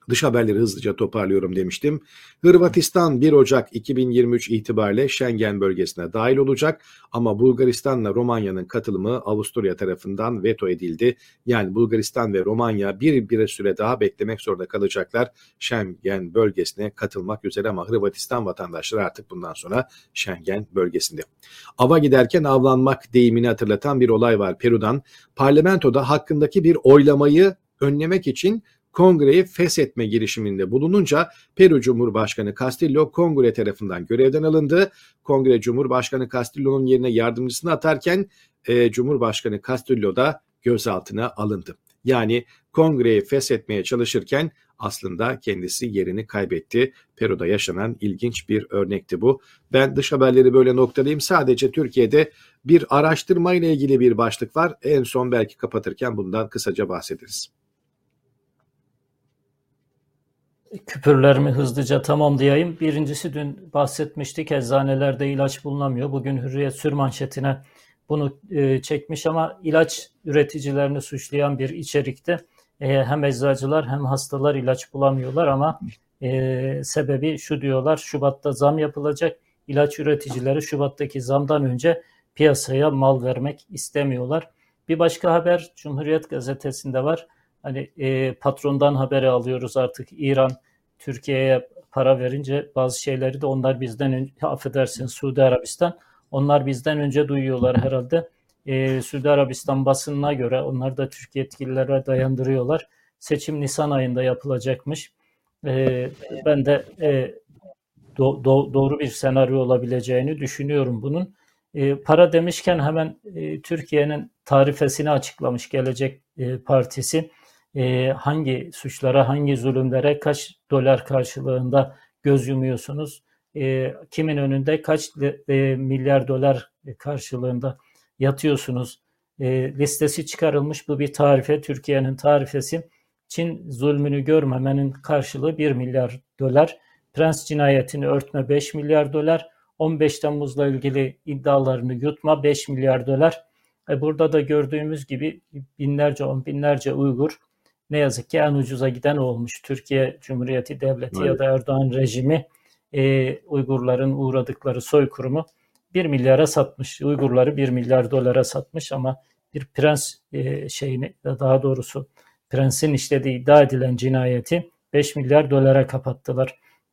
Dış haberleri hızlıca toparlıyorum demiştim. Hırvatistan bir Ocak iki bin yirmi üç itibariyle Schengen bölgesine dahil olacak ama Bulgaristan'la Romanya'nın katılımı Avusturya tarafından veto edildi. Yani Bulgaristan ve Romanya bir bir süre daha beklemek zorunda kalacaklar Schengen bölgesine katılmak üzere ama Hırvatistan vatandaşları artık bundan sonra Schengen bölgesinde. Ava giderken avlanmak deyimini hatırlatan bir olay var Peru'dan. Parlamentoda hakkındaki bir oylamayı önlemek için kongreyi feshetme girişiminde bulununca Peru Cumhurbaşkanı Castillo kongre tarafından görevden alındı. Kongre Cumhurbaşkanı Castillo'nun yerine yardımcısını atarken e, Cumhurbaşkanı Castillo da gözaltına alındı. Yani kongreyi feshetmeye çalışırken aslında kendisi yerini kaybetti. Peru'da yaşanan ilginç bir örnekti bu. Ben dış haberleri böyle noktalayayım. Sadece Türkiye'de bir araştırma ile ilgili bir başlık var. En son belki kapatırken bundan kısaca bahsederiz. Küpürlerimi hızlıca tamamlayayım. Birincisi dün bahsetmiştik. Eczanelerde ilaç bulunamıyor. Bugün Hürriyet sürmanşetine bunu e, çekmiş ama ilaç üreticilerini suçlayan bir içerikte e, hem eczacılar hem hastalar ilaç bulamıyorlar ama e, sebebi şu diyorlar: Şubat'ta zam yapılacak. İlaç üreticileri Şubat'taki zamdan önce piyasaya mal vermek istemiyorlar. Bir başka haber Cumhuriyet Gazetesi'nde var. Hani e, patrondan haberi alıyoruz artık. İran Türkiye'ye para verince bazı şeyleri de onlar bizden önce, affedersin Suudi Arabistan, onlar bizden önce duyuyorlar herhalde. E, Suudi Arabistan basınına göre onlar da Türkiye yetkililere dayandırıyorlar. Seçim Nisan ayında yapılacakmış. E, ben de e, do, do, doğru bir senaryo olabileceğini düşünüyorum bunun. E, para demişken hemen e, Türkiye'nin tarifesini açıklamış Gelecek e, Partisi. E, hangi suçlara, hangi zulümlere kaç dolar karşılığında göz yumuyorsunuz? E, kimin önünde kaç e, milyar dolar karşılığında yatıyorsunuz? E, listesi çıkarılmış. Bu bir tarife, Türkiye'nin tarifesi. Çin zulmünü görmemenin karşılığı bir milyar dolar. Prens cinayetini örtme beş milyar dolar. on beş Temmuz'la ilgili iddialarını yutma beş milyar dolar. E, burada da gördüğümüz gibi binlerce, on binlerce Uygur ne yazık ki en ucuza giden olmuş. Türkiye Cumhuriyeti Devleti evet. ya da Erdoğan rejimi e, Uygurların uğradıkları soykırımı bir milyara satmış. Uygurları bir milyar dolara satmış ama bir prens e, şeyini, daha doğrusu prensin işlediği iddia edilen cinayeti beş milyar dolara kapattılar.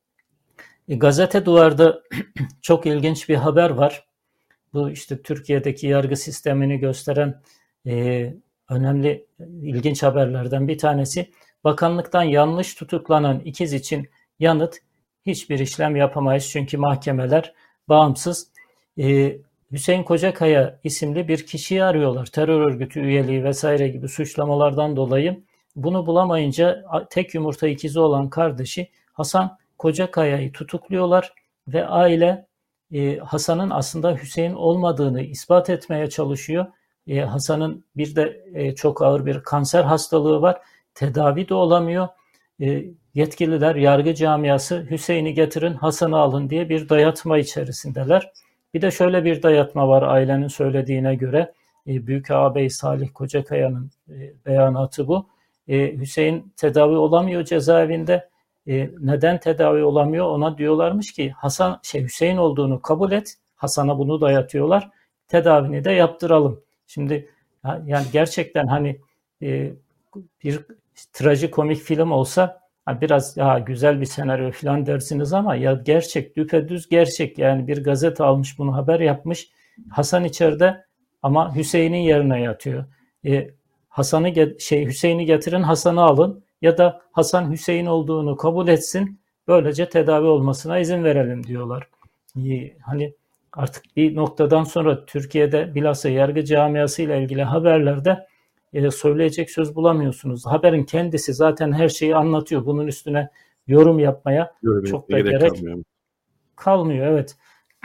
E, Gazete Duvar'da çok ilginç bir haber var. Bu işte Türkiye'deki yargı sistemini gösteren e, önemli, ilginç haberlerden bir tanesi. Bakanlıktan yanlış tutuklanan ikiz için yanıt: hiçbir işlem yapamayız çünkü mahkemeler bağımsız. Ee, Hüseyin Kocakaya isimli bir kişiyi arıyorlar. Terör örgütü üyeliği vesaire gibi suçlamalardan dolayı. Bunu bulamayınca tek yumurta ikizi olan kardeşi Hasan Kocakaya'yı tutukluyorlar ve aile e, Hasan'ın aslında Hüseyin olmadığını ispat etmeye çalışıyor. E, Hasan'ın bir de e, çok ağır bir kanser hastalığı var. Tedavi de olamıyor. E, yetkililer, yargı camiası Hüseyin'i getirin, Hasan'ı alın diye bir dayatma içerisindeler. Bir de şöyle bir dayatma var ailenin söylediğine göre. E, Büyük ağabey Salih Kocakaya'nın e, beyanatı bu. E, Hüseyin tedavi olamıyor cezaevinde. E, neden tedavi olamıyor? Ona diyorlarmış ki Hasan şey Hüseyin olduğunu kabul et. Hasan'a bunu dayatıyorlar. Tedavini de yaptıralım. Şimdi yani gerçekten hani e, bir trajikomik film olsa biraz daha güzel bir senaryo falan dersiniz ama ya gerçek, düpedüz gerçek. Yani bir gazete almış bunu haber yapmış. Hasan içeride ama Hüseyin'in yerine yatıyor. E, Hasan'ı şey Hüseyin'i getirin, Hasan'ı alın ya da Hasan Hüseyin olduğunu kabul etsin. Böylece tedavi olmasına izin verelim diyorlar. E, hani artık bir noktadan sonra Türkiye'de bilhassa yargı camiası ile ilgili haberlerde e, söyleyecek söz bulamıyorsunuz. Haberin kendisi zaten her şeyi anlatıyor. Bunun üstüne yorum yapmaya yorum çok da gerek, gerek kalmıyor. kalmıyor. Evet.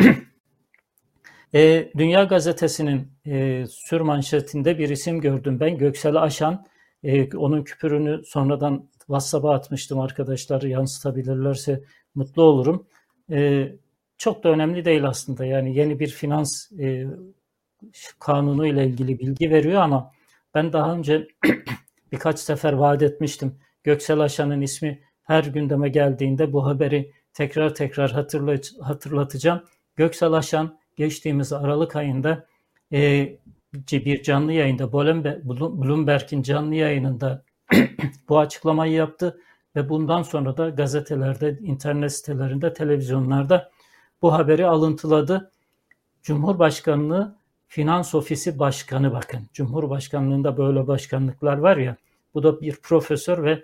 e, Dünya Gazetesi'nin e, sürmanşetinde bir isim gördüm ben. Göksel Aşan. E, onun küpürünü sonradan WhatsApp'a atmıştım, arkadaşlar yansıtabilirlerse mutlu olurum. E, çok da önemli değil aslında. Yani yeni bir finans e, kanunu ile ilgili bilgi veriyor ama ben daha önce birkaç sefer vaat etmiştim. Göksel Aşan'ın ismi her gündeme geldiğinde bu haberi tekrar tekrar hatırla- hatırlatacağım. Göksel Aşan geçtiğimiz Aralık ayında e, bir canlı yayında, Bloomberg'in canlı yayınında bu açıklamayı yaptı ve bundan sonra da gazetelerde, internet sitelerinde, televizyonlarda bu haberi alıntıladı. Cumhurbaşkanlığı Finans Ofisi Başkanı, bakın. Cumhurbaşkanlığında böyle başkanlıklar var ya, bu da bir profesör ve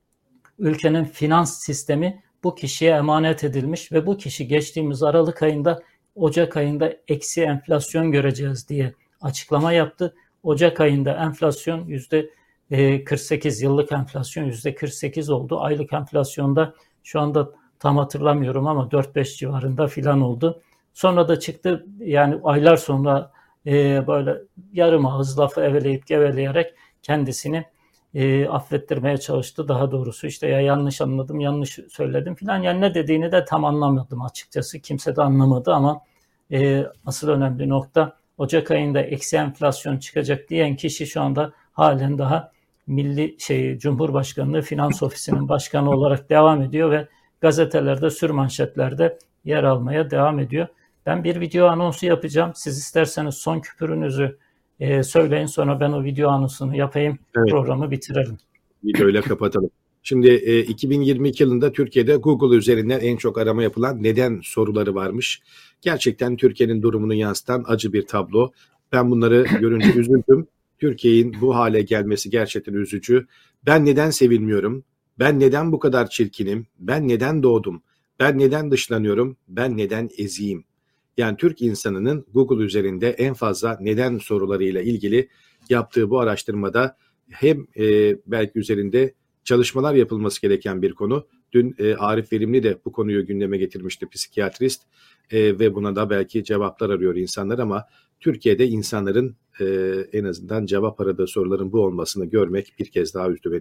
ülkenin finans sistemi bu kişiye emanet edilmiş ve bu kişi geçtiğimiz Aralık ayında, Ocak ayında eksi enflasyon göreceğiz diye açıklama yaptı. Ocak ayında enflasyon yüzde kırk sekiz, yıllık enflasyon yüzde kırk sekiz oldu. Aylık enflasyonda şu anda tam hatırlamıyorum ama dört beş civarında filan oldu. Sonra da çıktı, yani aylar sonra e, böyle yarım ağız lafı eveleyip geveleyerek kendisini e, affettirmeye çalıştı. Daha doğrusu işte ya yanlış anladım, yanlış söyledim filan. Yani ne dediğini de tam anlamadım açıkçası. Kimse de anlamadı ama e, asıl önemli nokta, Ocak ayında eksi enflasyon çıkacak diyen kişi şu anda halen daha Milli şey Cumhurbaşkanlığı Finans Ofisi'nin başkanı olarak devam ediyor ve gazetelerde, sürmanşetlerde yer almaya devam ediyor. Ben bir video anonsu yapacağım. Siz isterseniz son küpürünüzü e, söyleyin, sonra ben o video anonsunu yapayım. Evet. Programı bitirelim. Videoyla kapatalım. Şimdi e, iki bin yirmi iki yılında Türkiye'de Google üzerinden en çok arama yapılan neden soruları varmış. Gerçekten Türkiye'nin durumunu yansıtan acı bir tablo. Ben bunları görünce üzüldüm. Türkiye'nin bu hale gelmesi gerçekten üzücü. Ben neden sevilmiyorum? Ben neden bu kadar çirkinim? Ben neden doğdum? Ben neden dışlanıyorum? Ben neden eziyim? Yani Türk insanının Google üzerinde en fazla neden sorularıyla ilgili yaptığı bu araştırmada hem e, belki üzerinde çalışmalar yapılması gereken bir konu. Dün e, Arif Verimli de bu konuyu gündeme getirmişti, psikiyatrist e, ve buna da belki cevaplar arıyor insanlar ama Türkiye'de insanların e, en azından cevap aradığı soruların bu olmasını görmek bir kez daha üzdü beni.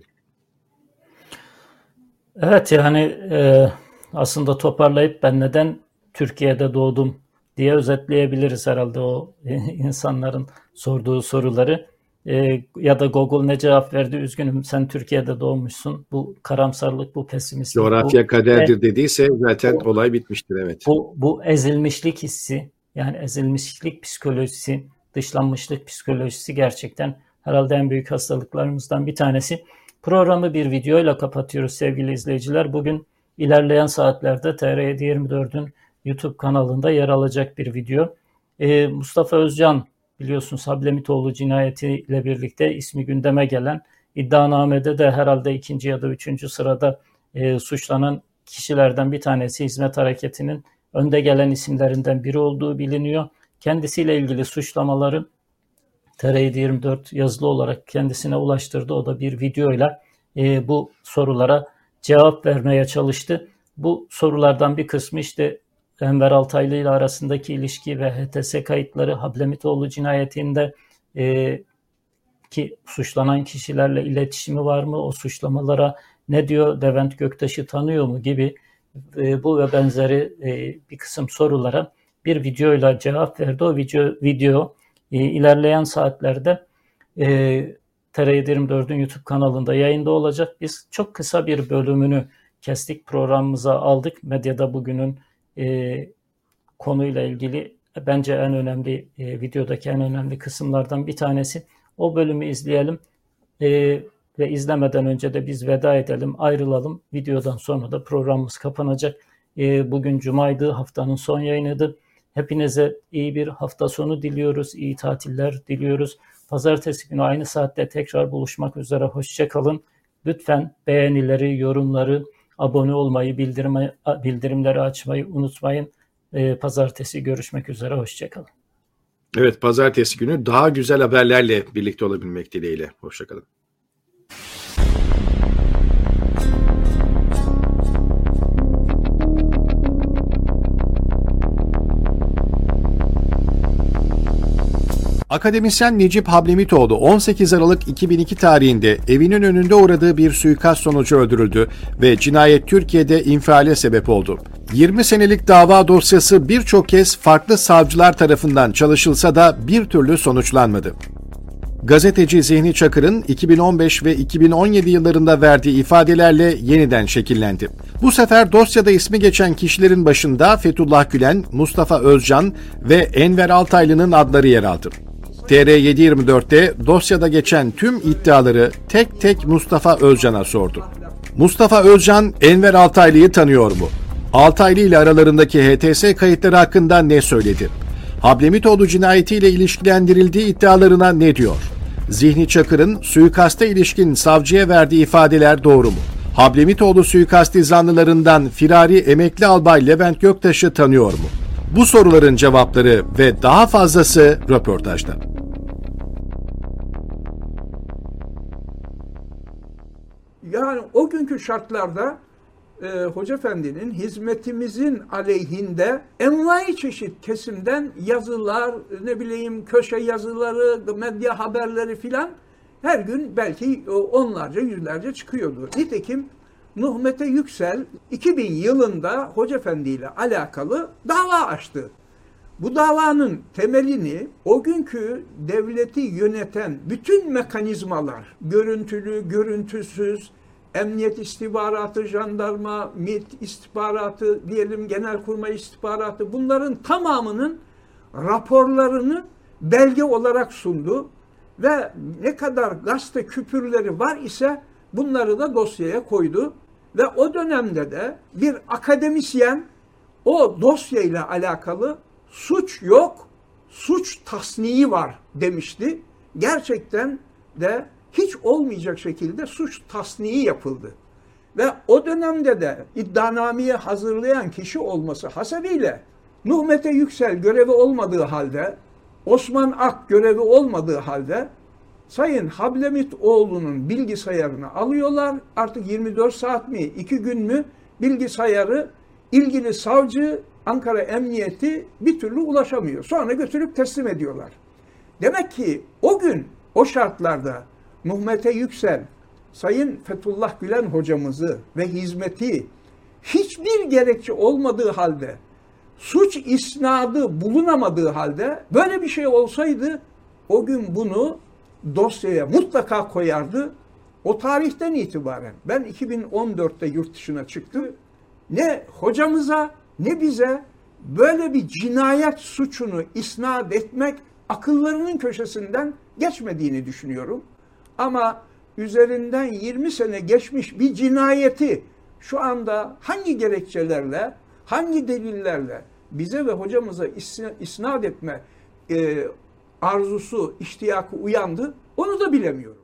Evet, yani e, aslında toparlayıp ben neden Türkiye'de doğdum diye özetleyebiliriz herhalde o e, insanların sorduğu soruları. E, ya da Google ne cevap verdi? Üzgünüm, sen Türkiye'de doğmuşsun. Bu karamsarlık, bu pesimistlik. Coğrafya bu, kaderdir e, dediyse zaten bu, olay bitmiştir, evet. Bu, bu ezilmişlik hissi, yani ezilmişlik psikolojisi, dışlanmışlık psikolojisi gerçekten herhalde en büyük hastalıklarımızdan bir tanesi. Programı bir videoyla kapatıyoruz sevgili izleyiciler. Bugün ilerleyen saatlerde T R yedi yirmi dört'ün YouTube kanalında yer alacak bir video. Ee, Mustafa Özcan, biliyorsunuz Hablemitoğlu cinayetiyle birlikte ismi gündeme gelen, iddianamede de herhalde ikinci ya da üçüncü sırada e, suçlanan kişilerden bir tanesi, Hizmet Hareketi'nin önde gelen isimlerinden biri olduğu biliniyor. Kendisiyle ilgili suçlamaları T R yedi yirmi dört yazılı olarak kendisine ulaştırdı. O da bir videoyla e, bu sorulara cevap vermeye çalıştı. Bu sorulardan bir kısmı işte Enver Altaylı ile arasındaki ilişki ve H T S kayıtları, Hablemitoğlu cinayetinde e, ki suçlanan kişilerle iletişimi var mı? O suçlamalara ne diyor? Levent Göktaş'ı tanıyor mu gibi e, bu ve benzeri e, bir kısım sorulara bir videoyla cevap verdi. O video, video e, ilerleyen saatlerde e, T R yedi yirmi dört'ün YouTube kanalında yayında olacak. Biz çok kısa bir bölümünü kestik, programımıza aldık. Medyada bugünün e, konuyla ilgili bence en önemli, e, videodaki en önemli kısımlardan bir tanesi. O bölümü izleyelim e, ve izlemeden önce de biz veda edelim, ayrılalım. Videodan sonra da programımız kapanacak. E, bugün Cuma'ydı, haftanın son yayınıydı. Hepinize iyi bir hafta sonu diliyoruz, iyi tatiller diliyoruz. Pazartesi günü aynı saatte tekrar buluşmak üzere, hoşça kalın. Lütfen beğenileri, yorumları, abone olmayı, bildirme, bildirimleri açmayı unutmayın. Ee, pazartesi görüşmek üzere, hoşça kalın. Evet, pazartesi günü daha güzel haberlerle birlikte olabilmek dileğiyle. Hoşça kalın. Akademisyen Necip Hablemitoğlu on sekiz Aralık iki bin iki tarihinde evinin önünde uğradığı bir suikast sonucu öldürüldü ve cinayet Türkiye'de infiale sebep oldu. yirmi senelik dava dosyası birçok kez farklı savcılar tarafından çalışılsa da bir türlü sonuçlanmadı. Gazeteci Zihni Çakır'ın iki bin on beş ve iki bin on yedi yıllarında verdiği ifadelerle yeniden şekillendi. Bu sefer dosyada ismi geçen kişilerin başında Fethullah Gülen, Mustafa Özcan ve Enver Altaylı'nın adları yer aldı. T R yedi yirmi dört'te dosyada geçen tüm iddiaları tek tek Mustafa Özcan'a sordu. Mustafa Özcan, Enver Altaylı'yı tanıyor mu? Altaylı ile aralarındaki H T S kayıtları hakkında ne söyledi? Hablemitoğlu cinayetiyle ilişkilendirildiği iddialarına ne diyor? Zihni Çakır'ın suikasta ilişkin savcıya verdiği ifadeler doğru mu? Hablemitoğlu suikasti zanlılarından firari emekli albay Levent Göktaş'ı tanıyor mu? Bu soruların cevapları ve daha fazlası röportajda. Yani o günkü şartlarda e, Hoca Efendi'nin hizmetimizin aleyhinde envai çeşit kesimden yazılar, ne bileyim köşe yazıları, medya haberleri filan her gün belki onlarca, yüzlerce çıkıyordu. Nitekim Nuh Mete Yüksel iki bin yılında Hoca Efendi ile alakalı dava açtı. Bu davanın temelini o günkü devleti yöneten bütün mekanizmalar, görüntülü, görüntüsüz, emniyet istihbaratı, jandarma, MİT istihbaratı, diyelim genelkurmay istihbaratı, bunların tamamının raporlarını belge olarak sundu ve ne kadar gazete küpürleri var ise bunları da dosyaya koydu ve o dönemde de bir akademisyen o dosyayla alakalı suç yok, suç tasniği var demişti. Gerçekten de hiç olmayacak şekilde suç tasniği yapıldı. Ve o dönemde de iddianameyi hazırlayan kişi olması hasebiyle Nuh Mete Yüksel görevi olmadığı halde, Osman Ak görevi olmadığı halde Sayın Hablemitoğlu'nun bilgisayarını alıyorlar. Artık yirmi dört saat mi, iki gün mü bilgisayarı ilgili savcı, Ankara Emniyeti bir türlü ulaşamıyor. Sonra götürüp teslim ediyorlar. Demek ki o gün o şartlarda Nuh Mete Yüksel, Sayın Fethullah Gülen hocamızı ve hizmeti hiçbir gerekçe olmadığı halde, suç isnadı bulunamadığı halde böyle bir şey olsaydı o gün bunu dosyaya mutlaka koyardı. O tarihten itibaren ben iki bin on dört'te yurt dışına çıktım. Ne hocamıza ne bize böyle bir cinayet suçunu isnat etmek akıllarının köşesinden geçmediğini düşünüyorum. Ama üzerinden yirmi sene geçmiş bir cinayeti şu anda hangi gerekçelerle, hangi delillerle bize ve hocamıza isnat etme e, arzusu, iştiyakı uyandı, onu da bilemiyorum.